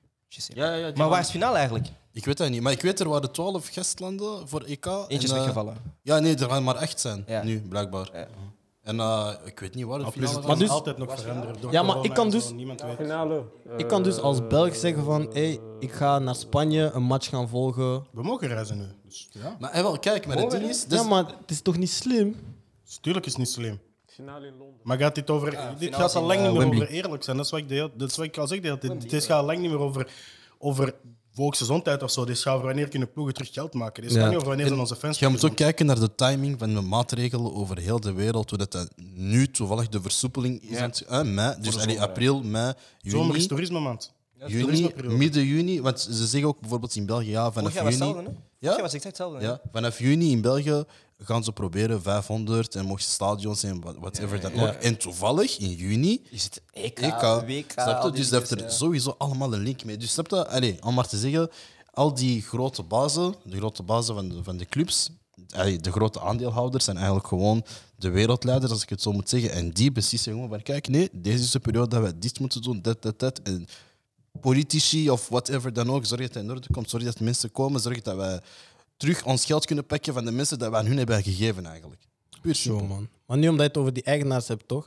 Ja, ja, die Maar waar is gaan- het finale eigenlijk? Ik weet dat niet, maar ik weet er waren twaalf gastlanden voor E K. Eentje is en, eh, weggevallen. Ja, nee, er gaan maar echt zijn Ja. nu, blijkbaar. Ja. En eh, ik weet niet waar het Maar plus, finale het gaat. kan dus- altijd nog veranderen. Door Ja, maar corona ik kan en zo, dus- Niemand weet. Finale. Ik kan dus als Belg zeggen van hey, ik ga naar Spanje een match gaan volgen. We mogen reizen nu. Dus, ja. Maar hey, wel, kijk, maar het ding is... dus- Ja, maar het is toch niet slim? Dus, tuurlijk is het niet slim. Finale in Londen. Maar gaat dit over. dit finale gaat al in, lang eh, niet meer Wembley. over eerlijk zijn. Dat is wat ik, de, dat is wat ik al zeg. de hele tijd. Dit gaat al lang niet meer over, over volksgezondheid of zo. Dit gaat over wanneer kunnen ploegen terug geld maken. Dit Ja. gaat niet over wanneer zijn onze fans. Je moet ook gezond. kijken naar de timing van de maatregelen over heel de wereld. Hoe dat, dat nu toevallig de versoepeling is. Ja. aan het- eh, mei, dus de allee, zomer, april, mei, Zomer is juni, toerisme, man. juni toerismeperiode. midden juni. Want ze zeggen ook bijvoorbeeld in België, ja, Vorig vanaf jaar was juni... hetzelfde, hè? Ja? Vorig jaar was exact hetzelfde. hè? Ja, vanaf juni in België gaan ze proberen vijfhonderd en mocht stadions en wat- whatever dan ook. En toevallig in juni Is het E K, E K. W K, Snap je? al die Dus dat heeft dingen, er ja. sowieso allemaal een link mee. Dus snap je? Allee, om maar te zeggen, al die grote bazen, de grote bazen van de, van de clubs, allee, de grote aandeelhouders zijn eigenlijk gewoon de wereldleiders, als ik het zo moet zeggen. En die beslissen gewoon van, kijk, nee, deze is de periode dat we dit moeten doen, dat, dat, dat. En politici of whatever dan ook, zorg dat het in orde komt, zorg dat mensen komen, zorg dat wij terug ons geld kunnen pakken van de mensen dat we aan hun hebben gegeven eigenlijk. Puur Zo, simpel. man. Maar nu omdat je het over die eigenaars hebt, toch?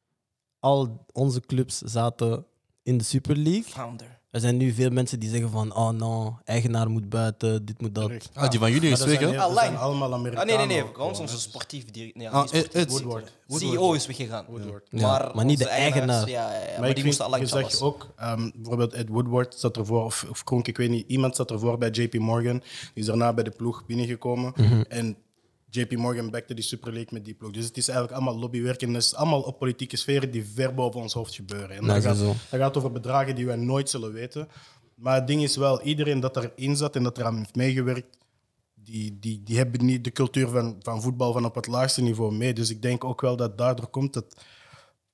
Al onze clubs zaten in de Super League. Founder. Er zijn nu veel mensen die zeggen van oh no, eigenaar moet buiten, dit moet dat. Correct. Ah, die van jullie Maar is dat weg, zijn, hè? heel- dat Allang. zijn allemaal Ah, Amerikanen. nee, nee, nee. ook Voor ons gewoon, onze hè. sportief direct. Nee, Ah, niet sportief. het- Woodward. C E O is weggegaan. Woodward. Ja, Maar, maar niet de onze eigenaars, eigenaar. Ja, ja, ja, maar, Maar, ik die vind, moesten al lang je zag alles. ook, ehm, bijvoorbeeld Ed Woodward zat ervoor, of, of Kronk, ik weet niet, iemand zat ervoor bij J P Morgan. Die is daarna bij de ploeg binnengekomen. Mhm. En J P Morgan backte die Super League met die ploeg. Dus het is eigenlijk allemaal lobbywerk en dat is allemaal op politieke sferen die ver boven ons hoofd gebeuren. En Nee, dat, gaat, zo. dat gaat over bedragen die wij nooit zullen weten. Maar het ding is wel, iedereen dat erin zat en dat eraan heeft meegewerkt, die, die, die hebben niet de cultuur van, van voetbal van op het laagste niveau mee. Dus ik denk ook wel dat daardoor komt dat,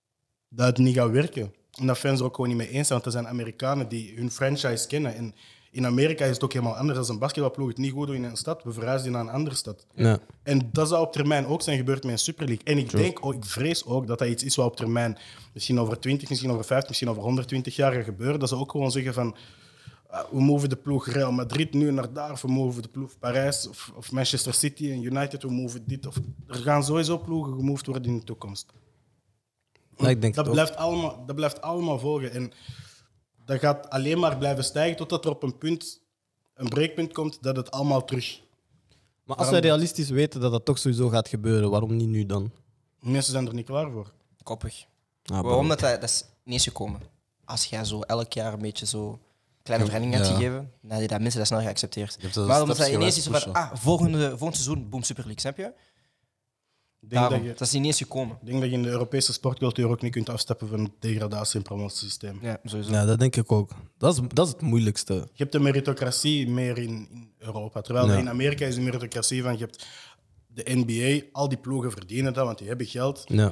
dat het niet gaat werken. En dat fans er ook gewoon niet mee eens zijn. Want er zijn Amerikanen die hun franchise kennen. En In Amerika is het ook helemaal anders. Als een basketbalploeg het niet goed doet in een stad, we verhuizen die naar een andere stad. Ja. En dat zou op termijn ook zijn gebeurd met een Super League. En ik denk, ook, ik vrees ook dat dat iets is wat op termijn, misschien over twintig, misschien over vijftig, misschien over honderdtwintig jaar gaat gebeuren. Dat ze ook gewoon zeggen van, uh, we moven de ploeg Real Madrid nu naar daar, of we moven de ploeg Parijs of, of Manchester City en United, we moven dit. Of, er gaan sowieso ploegen gemoved worden in de toekomst. Ja, ik denk dat, het ook. blijft allemaal, dat blijft allemaal volgen. En dat gaat alleen maar blijven stijgen totdat er op een punt, een breekpunt komt, dat het allemaal terug... Maar als we realistisch weten dat dat toch sowieso gaat gebeuren, waarom niet nu dan? Mensen zijn er niet klaar voor. Koppig. Ah, Waarom? Dat, dat is niet eens gekomen. Als jij zo elk jaar een beetje zo kleine veranderingen hebt Ja. gegeven, dan had je dat mensen dat snel geaccepteerd. Je hebt dat Maar omdat dat stapsgewijs ineens is zo van, pushen. ah, volgende, volgend seizoen, boom, Super League, snap je? Ik denk, Daarom, dat je, dat is ineens gekomen. ik denk dat je in de Europese sportcultuur ook niet kunt afstappen van het degradatie- en promotiesysteem. Ja, sowieso. Ja, dat denk ik ook. Dat is, dat is het moeilijkste. Je hebt de meritocratie meer in, in Europa. Terwijl Ja. in Amerika is de meritocratie van, je hebt de N B A, al die ploegen verdienen dat, want die hebben geld. Ja.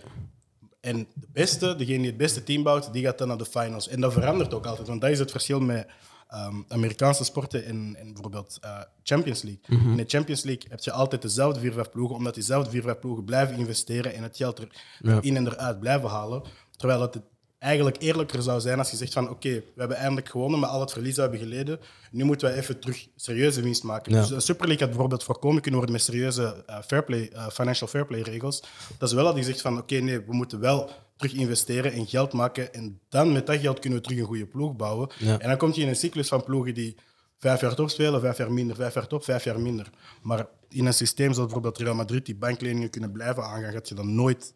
En de beste, degene die het beste team bouwt, die gaat dan naar de finals. En dat verandert ook altijd, want dat is het verschil met ehm, Amerikaanse sporten en, en bijvoorbeeld eh, Champions League. In de Champions League heb je altijd dezelfde vier, vijf ploegen, omdat diezelfde vier, vijf ploegen blijven investeren en het geld er Ja. in en eruit blijven halen. Terwijl het eigenlijk eerlijker zou zijn als je zegt van oké, we hebben eindelijk gewonnen, maar al het verlies dat we hebben geleden, nu moeten we even terug serieuze winst maken. Ja. Dus de Super League had bijvoorbeeld voorkomen kunnen worden met serieuze uh, fair play, uh, financial fair play regels. Dat is wel dat je zegt van oké, nee, we moeten wel terug investeren en geld maken en dan met dat geld kunnen we terug een goede ploeg bouwen. Ja. En dan kom je in een cyclus van ploegen die vijf jaar top spelen, vijf jaar minder, vijf jaar top, vijf jaar minder. Maar in een systeem zoals bijvoorbeeld Real Madrid, die bankleningen kunnen blijven aangaan, gaat je dat nooit,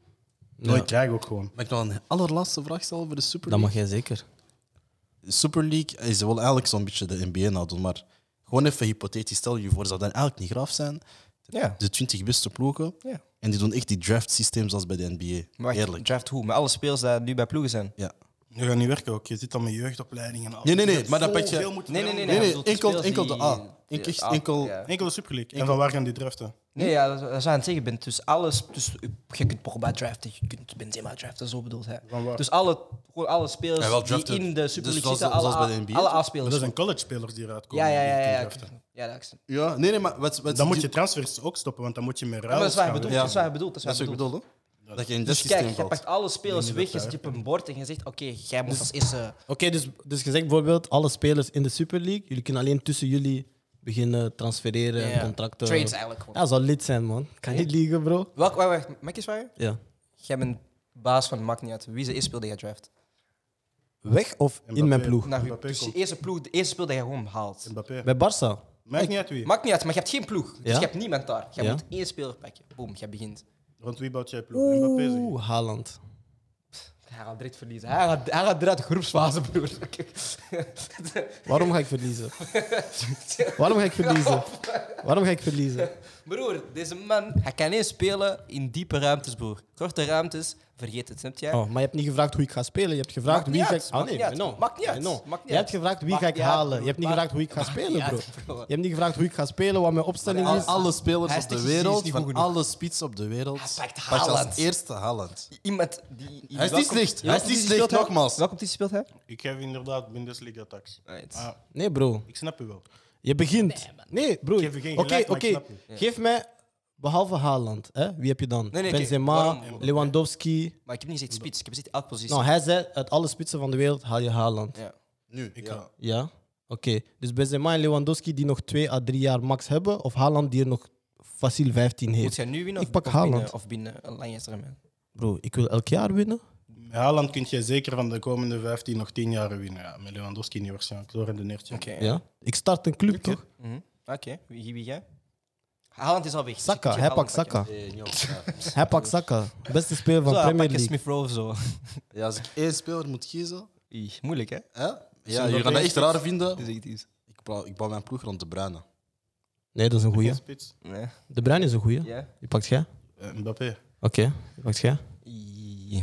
nooit Ja. krijgen ook gewoon. Mag ik nog een allerlaatste vraag stellen voor de Super Dat League? mag jij zeker. De Super League is wel eigenlijk zo'n beetje de N B A nadoen, maar gewoon even hypothetisch, stel je voor, zou dat eigenlijk niet graaf zijn? Ja. De twintig beste ploegen, Ja. en die doen echt die draft systeem zoals bij de N B A. Maar Eerlijk. draft hoe? Met alle spelers die nu bij ploegen zijn. Ja. Dat gaat niet werken ook. Je zit dan met jeugdopleidingen en al. Nee, nee, nee, Je gaat maar dat zoveel pak je- moeten Nee, nee, nee. veranderen. Nee, nee, nee, ik bedoel, enkel- spelers enkel de die- A. Enkel- die- enkel- ja. Enkel de Super League. En van waar gaan die draften? Nee, ja, dat, dat zou aan het zeggen bent. Dus alles, dus je kunt Pogba draften, je kunt Benzema draften, zo bedoelt hij. Van waar? Dus alle, gewoon alle spelers Ja, wel die draften. in de Super Dus League zoals- zitten, alle, zoals bij de N B A, alle toch? A-spelers. Dat zijn college-spelers die eruit komen. Ja, ja, die ja. je ja, kunt ja. draften. ja dat is, ja, Ja, nee, nee, maar wat, wat Dan moet die- je transfers ook stoppen, want dan moet je meer maar ruilen. dat is waar bedoeld. Ja. Dat is waar bedoeld. Dat is Dat waar is wat ik bedoeld. bedoel, hè? Dat je in dit Dus systeem kijk, je valt. pakt alle spelers Ik weg, denk je niet zet dat op een bord en je zegt, oké, jij moet als eerste... Oké, dus, dus je zegt bijvoorbeeld alle spelers in de Super League, jullie kunnen alleen tussen jullie beginnen transfereren en Ja. contracten. Trades eigenlijk gewoon. Ja, dat zou lid zijn, man. Kan niet liegen, bro. Welk, wacht, wacht, mag ik eens vragen? Ja. Jij bent baas van, maakt niet uit. Wie is de eerste speler die je draft? Weg of in Mbappé. mijn ploeg? Naar, Mbappé dus de komt. eerste, ploeg, de eerste speler die je gewoon haalt. Mbappé. Bij Barça. Maakt niet uit wie. Maakt niet uit, maar je hebt geen ploeg. Dus Ja? je hebt niemand daar. Je Ja? moet één speler pakken. Boom, je begint. Rond wie bouwt jij ploeg? Mbappé zeg je. Oeh, Haaland. Hij gaat direct verliezen. Hij gaat, hij gaat eruit de groepsfase, broer. Waarom ga ik verliezen? Waarom ga ik verliezen? Waarom ga ik verliezen? Broer, deze man, hij kan niet spelen in diepe ruimtes, broer. Korte ruimtes, vergeet het, snap je? Oh, maar je hebt niet gevraagd hoe ik ga spelen. Je hebt gevraagd Maakt wie niet ga uit, ik... maakt Oh nee, niet uit. no. Maakt niet I uit, know. maakt niet Je hebt uit. gevraagd wie Maakt ga ik niet uit, halen. broer. Je hebt niet Maakt- gevraagd hoe ik ga maakt spelen, niet bro. uit, bro. Je hebt niet gevraagd hoe ik ga spelen, wat mijn opstelling Al- is. alle spelers Hij is op de technisch wereld, niet van goed genoeg. alle spits op de wereld, Hij pakt pakt als Haaland. eerste Haaland. Iemand die... Hij is niet slecht. Hij is niet slecht, nogmaals. Welke competitie speelt hij? Ik geef inderdaad Bundesliga-tax. Right. Ah, Nee, bro. ik snap u wel. Je begint. Nee, bro. Ik Oké, geef je geen oké. gelijk, maar ik snap je. Geef mij, behalve Haaland, hè? Wie heb je dan? Nee, nee, oké. Benzema, Waarom? Lewandowski. Maar ik heb niet gezegd spits, ik heb gezegd elke positie. Nou, hij zei, uit alle spitsen van de wereld haal je Haaland. Ja. Nu, Ik ja. wel. Ja? Oké. Dus Benzema en Lewandowski die nog twee à drie jaar max hebben, of Haaland die er nog facile vijftien Moet heeft? jij nu winnen Ik of, pak of Haaland. binnen, of binnen een lange termijn? Bro, ik wil elk jaar winnen. Met Haaland kun je zeker van de komende vijftien, nog tien jaar winnen. Ja, met Lewandowski niet waarschijnlijk. Zo rendeneert je. Oké. Ja? Ik start een club, toch? Mhm. Oké, wie, wie jij? Haaland is al weg. Saka, Dus je hij kunt pakt Haaland Saka. Eh, niet op- ja. Hij pakt Saka. Beste speler van pakken. Zo, Premier pak je League. Smith Rowe of zo. Ja, als ik één speler moet kiezen, Ih, moeilijk, hè? hè? Ja, Zullen je we gaat dat echt één raar vinden. Dat is echt iets. Ik bouw, ik bouw mijn ploeg rond de Bruyne. Nee, dat is een goeie. Geen spits. Nee. De Bruyne is een goeie. Ja? Die pakt jij? Eh, Mbappé. Oké, die pakt jij? Ih.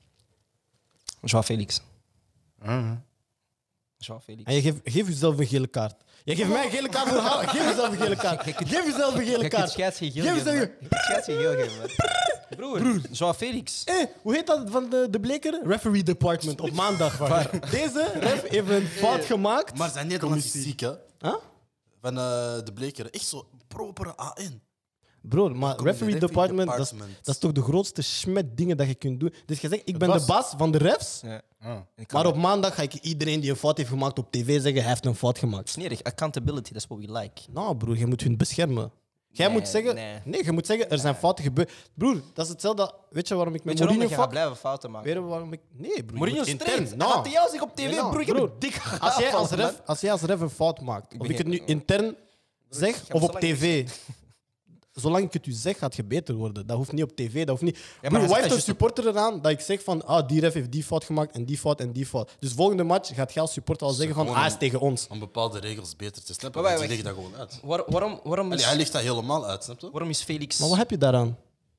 Joao Felix. Ah, Joao Felix. En je geeft geef jezelf een gele kaart. Je geeft mij een gele kaart voor Haaland. Geef jezelf een gele kaart. Geef jezelf een gele Je kunt kaart. scheids geen geel Geef geven. ze- man. Je kunt scheids geen geel geven, man. Broer, Joao Felix. Hé, hoe heet dat van de, de bleker? Referee department op maandag. Deze ref heeft een fout gemaakt. Maar zijn Nederlanders ziek, hè? Huh? Van uh, de Bleker. Echt zo propere A N. Broer, maar Kom je referee de referee department, dat is, department. dat is toch de grootste schmet dingen dat je kunt doen. Dus je zegt, ik ben was- de baas van de refs, Ja. Ah. Ik kan maar op maandag ga ik iedereen die een fout heeft gemaakt op tv zeggen, hij heeft een fout gemaakt. Snerig, accountability, that's what we like. Nou broer, je moet hun beschermen. Jij Nee, moet zeggen, nee. nee. je moet zeggen, er zijn fouten gebeurd. Broer, dat is hetzelfde. Weet je waarom ik met Weet je waarom Mourinho dat je gaat fuck? blijven fouten maken? Weet je waarom ik... Nee, broer. Mourinho je moet streed. intern. Hij Nou. gaat jou zeggen op tv, Nee, nou, broer, ik heb broer. een dik Als jij als, man. ref, als jij als ref een fout maakt, of ik het nu begin- intern zeg heb of zo op lang tv, zolang ik het u zeg, gaat je beter worden. Dat hoeft niet op tv, dat hoeft niet... maar Broer, hij wat zegt heeft een dat supporter eraan dat ik zeg van, ah, die ref heeft die fout gemaakt en die fout en die fout. Dus volgende match gaat jij als supporter al zeggen van, gewoon ah, een- is tegen ons. Om bepaalde regels beter te snappen. Maar want die wacht, leggen dat gewoon uit. Waar- waarom, waarom, Allee, is, hij legt dat helemaal uit, snap je? waarom is Felix... Maar wat heb je daaraan?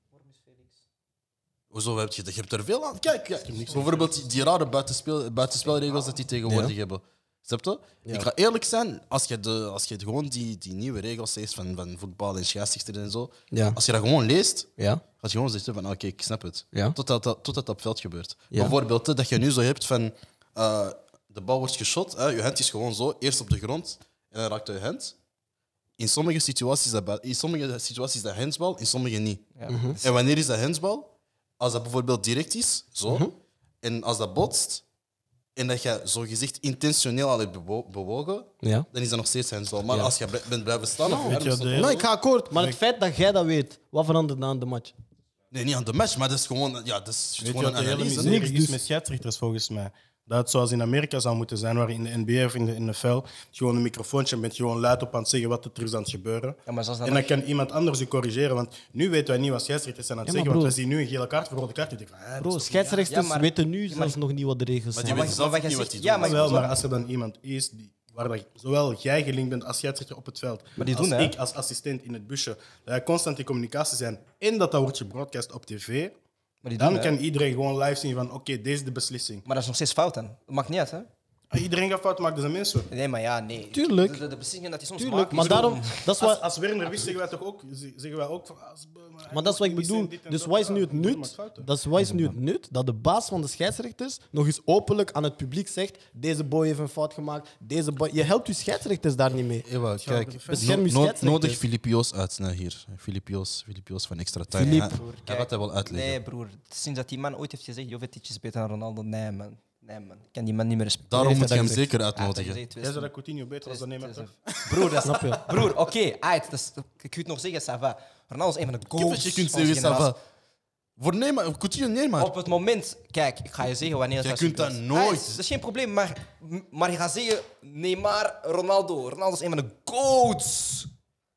Hoezo heb je dat? Je hebt er veel aan. Kijk, kijk. Bijvoorbeeld die, die rare buitenspel, buitenspelregels dat die tegenwoordig Ja. hebben. Snap je? Ik ga eerlijk zijn, als je, de, als je gewoon die, die nieuwe regels leest van, van voetbal en scheidsrechter en zo, Ja. als je dat gewoon leest, Ja? ga je gewoon zeggen van oké, ik snap het. Ja. Totdat, dat- totdat dat op veld gebeurt. Ja. Bijvoorbeeld hè, dat je nu zo hebt van eh, de bal wordt geschot, hè, je hand is gewoon zo, eerst op de grond en dan raakt je hand. In sommige situaties dat, bui- in sommige situaties dat handsbal, in sommige niet. Ja. En wanneer is dat handsbal? Als dat bijvoorbeeld direct is, zo, en als dat botst, en dat je zogezegd intentioneel al hebt bewo- bewogen, Ja. dan is dat nog steeds handsbal. Maar Ja. als je ble- bent blijven staan, of je weet je, arm staat de- op- Nou, ik ga akkoord, maar het feit dat jij dat weet, wat verandert dan aan de match? nee, niet aan de match, maar dat is gewoon, ja, dat is Weet je gewoon wat een de hele analyse. miserie Niks is dus. met scheidsrechters volgens mij? Dat het zoals in Amerika zou moeten zijn, waar in de N B A of in de N F L gewoon een microfoontje bent gewoon luid op aan het zeggen wat er is aan het gebeuren. Ja, maar zoals dat En dan nog- kan iemand anders je corrigeren, want nu weten wij niet wat scheidsrechters zijn aan het Ja, maar zeggen, want broer. we zien nu een gele kaart voor rode kaart. Je denkt van, ah, dat is Bro, toch niet scheidsrechters Ja, maar- weten nu zelfs nog niet wat de regels Maar zijn. die maar- weten zelf maar niet wat wat je die zegt- doen. ja, Ja, maar- wel, maar als er dan iemand is die, waar dat, zowel jij gelinkt bent als scheidsrechter op het veld, Maar die als doen, hè? ik als assistent in het busje, dat wij constant in communicatie zijn en dat dat wordt gebroadcast op tv, Maar, die dan doen, hè. kan iedereen gewoon live zien van oké, deze is de beslissing. maar dat is nog steeds fout, dan. Dat maakt niet uit, hè? Ah, Iedereen gaat fout maken, dat zijn mensen. Nee, maar ja, nee. Tuurlijk. De, de, de beslissingen dat die soms Tuurlijk, maken... maar is daarom... gewoon- Dat is Als, wat, als Werner wist, zeggen wij toch ook, zeggen wij ook van, ah, maar dat is wat ik bedoel. Dus wat is nu het nut? Dat is, wat is nu het nut? Dat de baas van de scheidsrechters nog eens openlijk aan het publiek zegt: deze boy heeft een fout gemaakt. Deze boy... Je helpt je scheidsrechters daar niet mee. Ewa, kijk, Bescherm je no- no- scheidsrechters. nodig Filip Joos uit. Nee, hier. Filip Joos, Filip Joos van Extra Time. Filip. Hij, hij gaat dat wel uitleggen. Nee, broer. Sinds dat die man ooit heeft gezegd, Jovetic is beter dan Ronaldo. Nee, man. Nee, man. Ik kan die man niet meer respecteren. Daarom moet heeft je hij hem dat zeker Hij heeft dat uitnodigen. gezegd, Jij twist- zei dat Coutinho beter was dan Neymar, toch? Broer, dat Snap je? Broer, oké, aight, dat is- ik kan het nog zeggen, ça va. Ronaldo is een van de Ik heb goals het, je kunt van onze zeggen, ça generatie. va. Voor Neymar, Coutinho Neymar. Op het moment, kijk, ik ga je zeggen wanneer het Jij was kunt dat gebeurd. nooit. Aight, dat is geen probleem, maar, maar je gaat zeggen Neymar, Ronaldo. Ronaldo is een van de goats.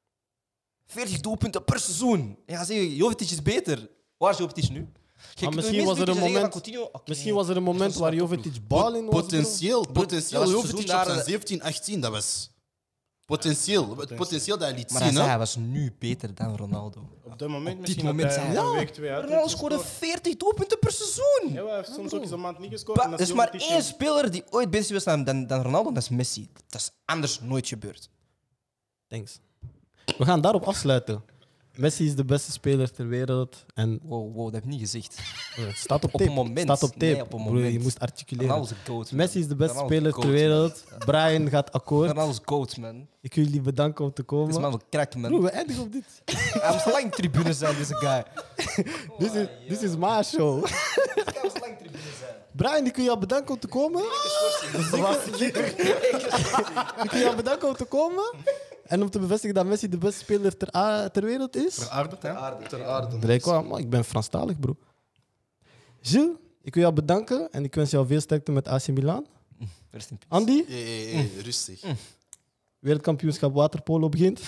veertig doelpunten per seizoen. Je gaat zeggen, Jovetic is beter. Waar is Jovetic nu? Je Maar kunt misschien minstens was er een zeggen van moment- Coutinho, oké. Misschien was er een moment waar Jovetic bal in was. bro. Potentieel, potentieel. dat was Jovetic op seizoen zijn daar- zeventien, achttien, dat was potentieel. Het potentieel dat hij liet Maar hij zien. zei, Hè? hij was nu beter dan Ronaldo. Op dat moment Op dit misschien moment dat hij zijn- een Ja, week, twee uit Ronaldo scoorde veertig doelpunten per seizoen. Ja, hij heeft soms ook eens een maand niet gescoord. Ba- en Er als is maar Jovetic- één speler die ooit beter was dan, dan, dan Ronaldo, dat is Messi. Dat is anders nooit gebeurd. Thanks. We gaan daarop afsluiten. Messi is de beste speler ter wereld. En Wow, wow, dat heb ik niet gezegd. het staat op Op tape. een moment. Staat op tape. Nee, op een Broer, moment. je moest articuleren. Ronaldo is de goat. man. Messi is de beste Ronaldo is speler de ter goat, wereld. Brian gaat akkoord. Ronaldo is goat, man. Ik wil jullie bedanken om te Dit is komen. man een crack, Broer, man. we eindigen op dit. Hij moest lang tribune zijn, deze guy. This is, this is my show. Hij moest lang tribune zijn. Brian, ik wil jou bedanken om te komen. Ik wil jou bedanken om te komen. En om te bevestigen dat Messi de beste speler ter, a- ter wereld is. Veraarderd, hè? Ter aarde. Drake, wel, maar ik ben Franstalig, bro. Gilles, ik wil jou bedanken en ik wens jou veel sterkte met A C Milan. Rest in peace. Andy, Hey, hey, hey, rustig. wereldkampioenschap waterpolo begint.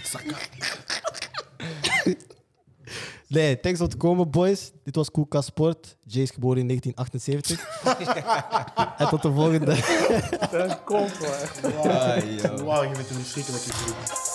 Nee, thanks om te komen, boys. Dit was Koelkast Sport. Jay is geboren in negentien achtenzeventig. En tot de volgende. Dat komt wel echt. Wauw, je bent een verschrikkelijke vriend.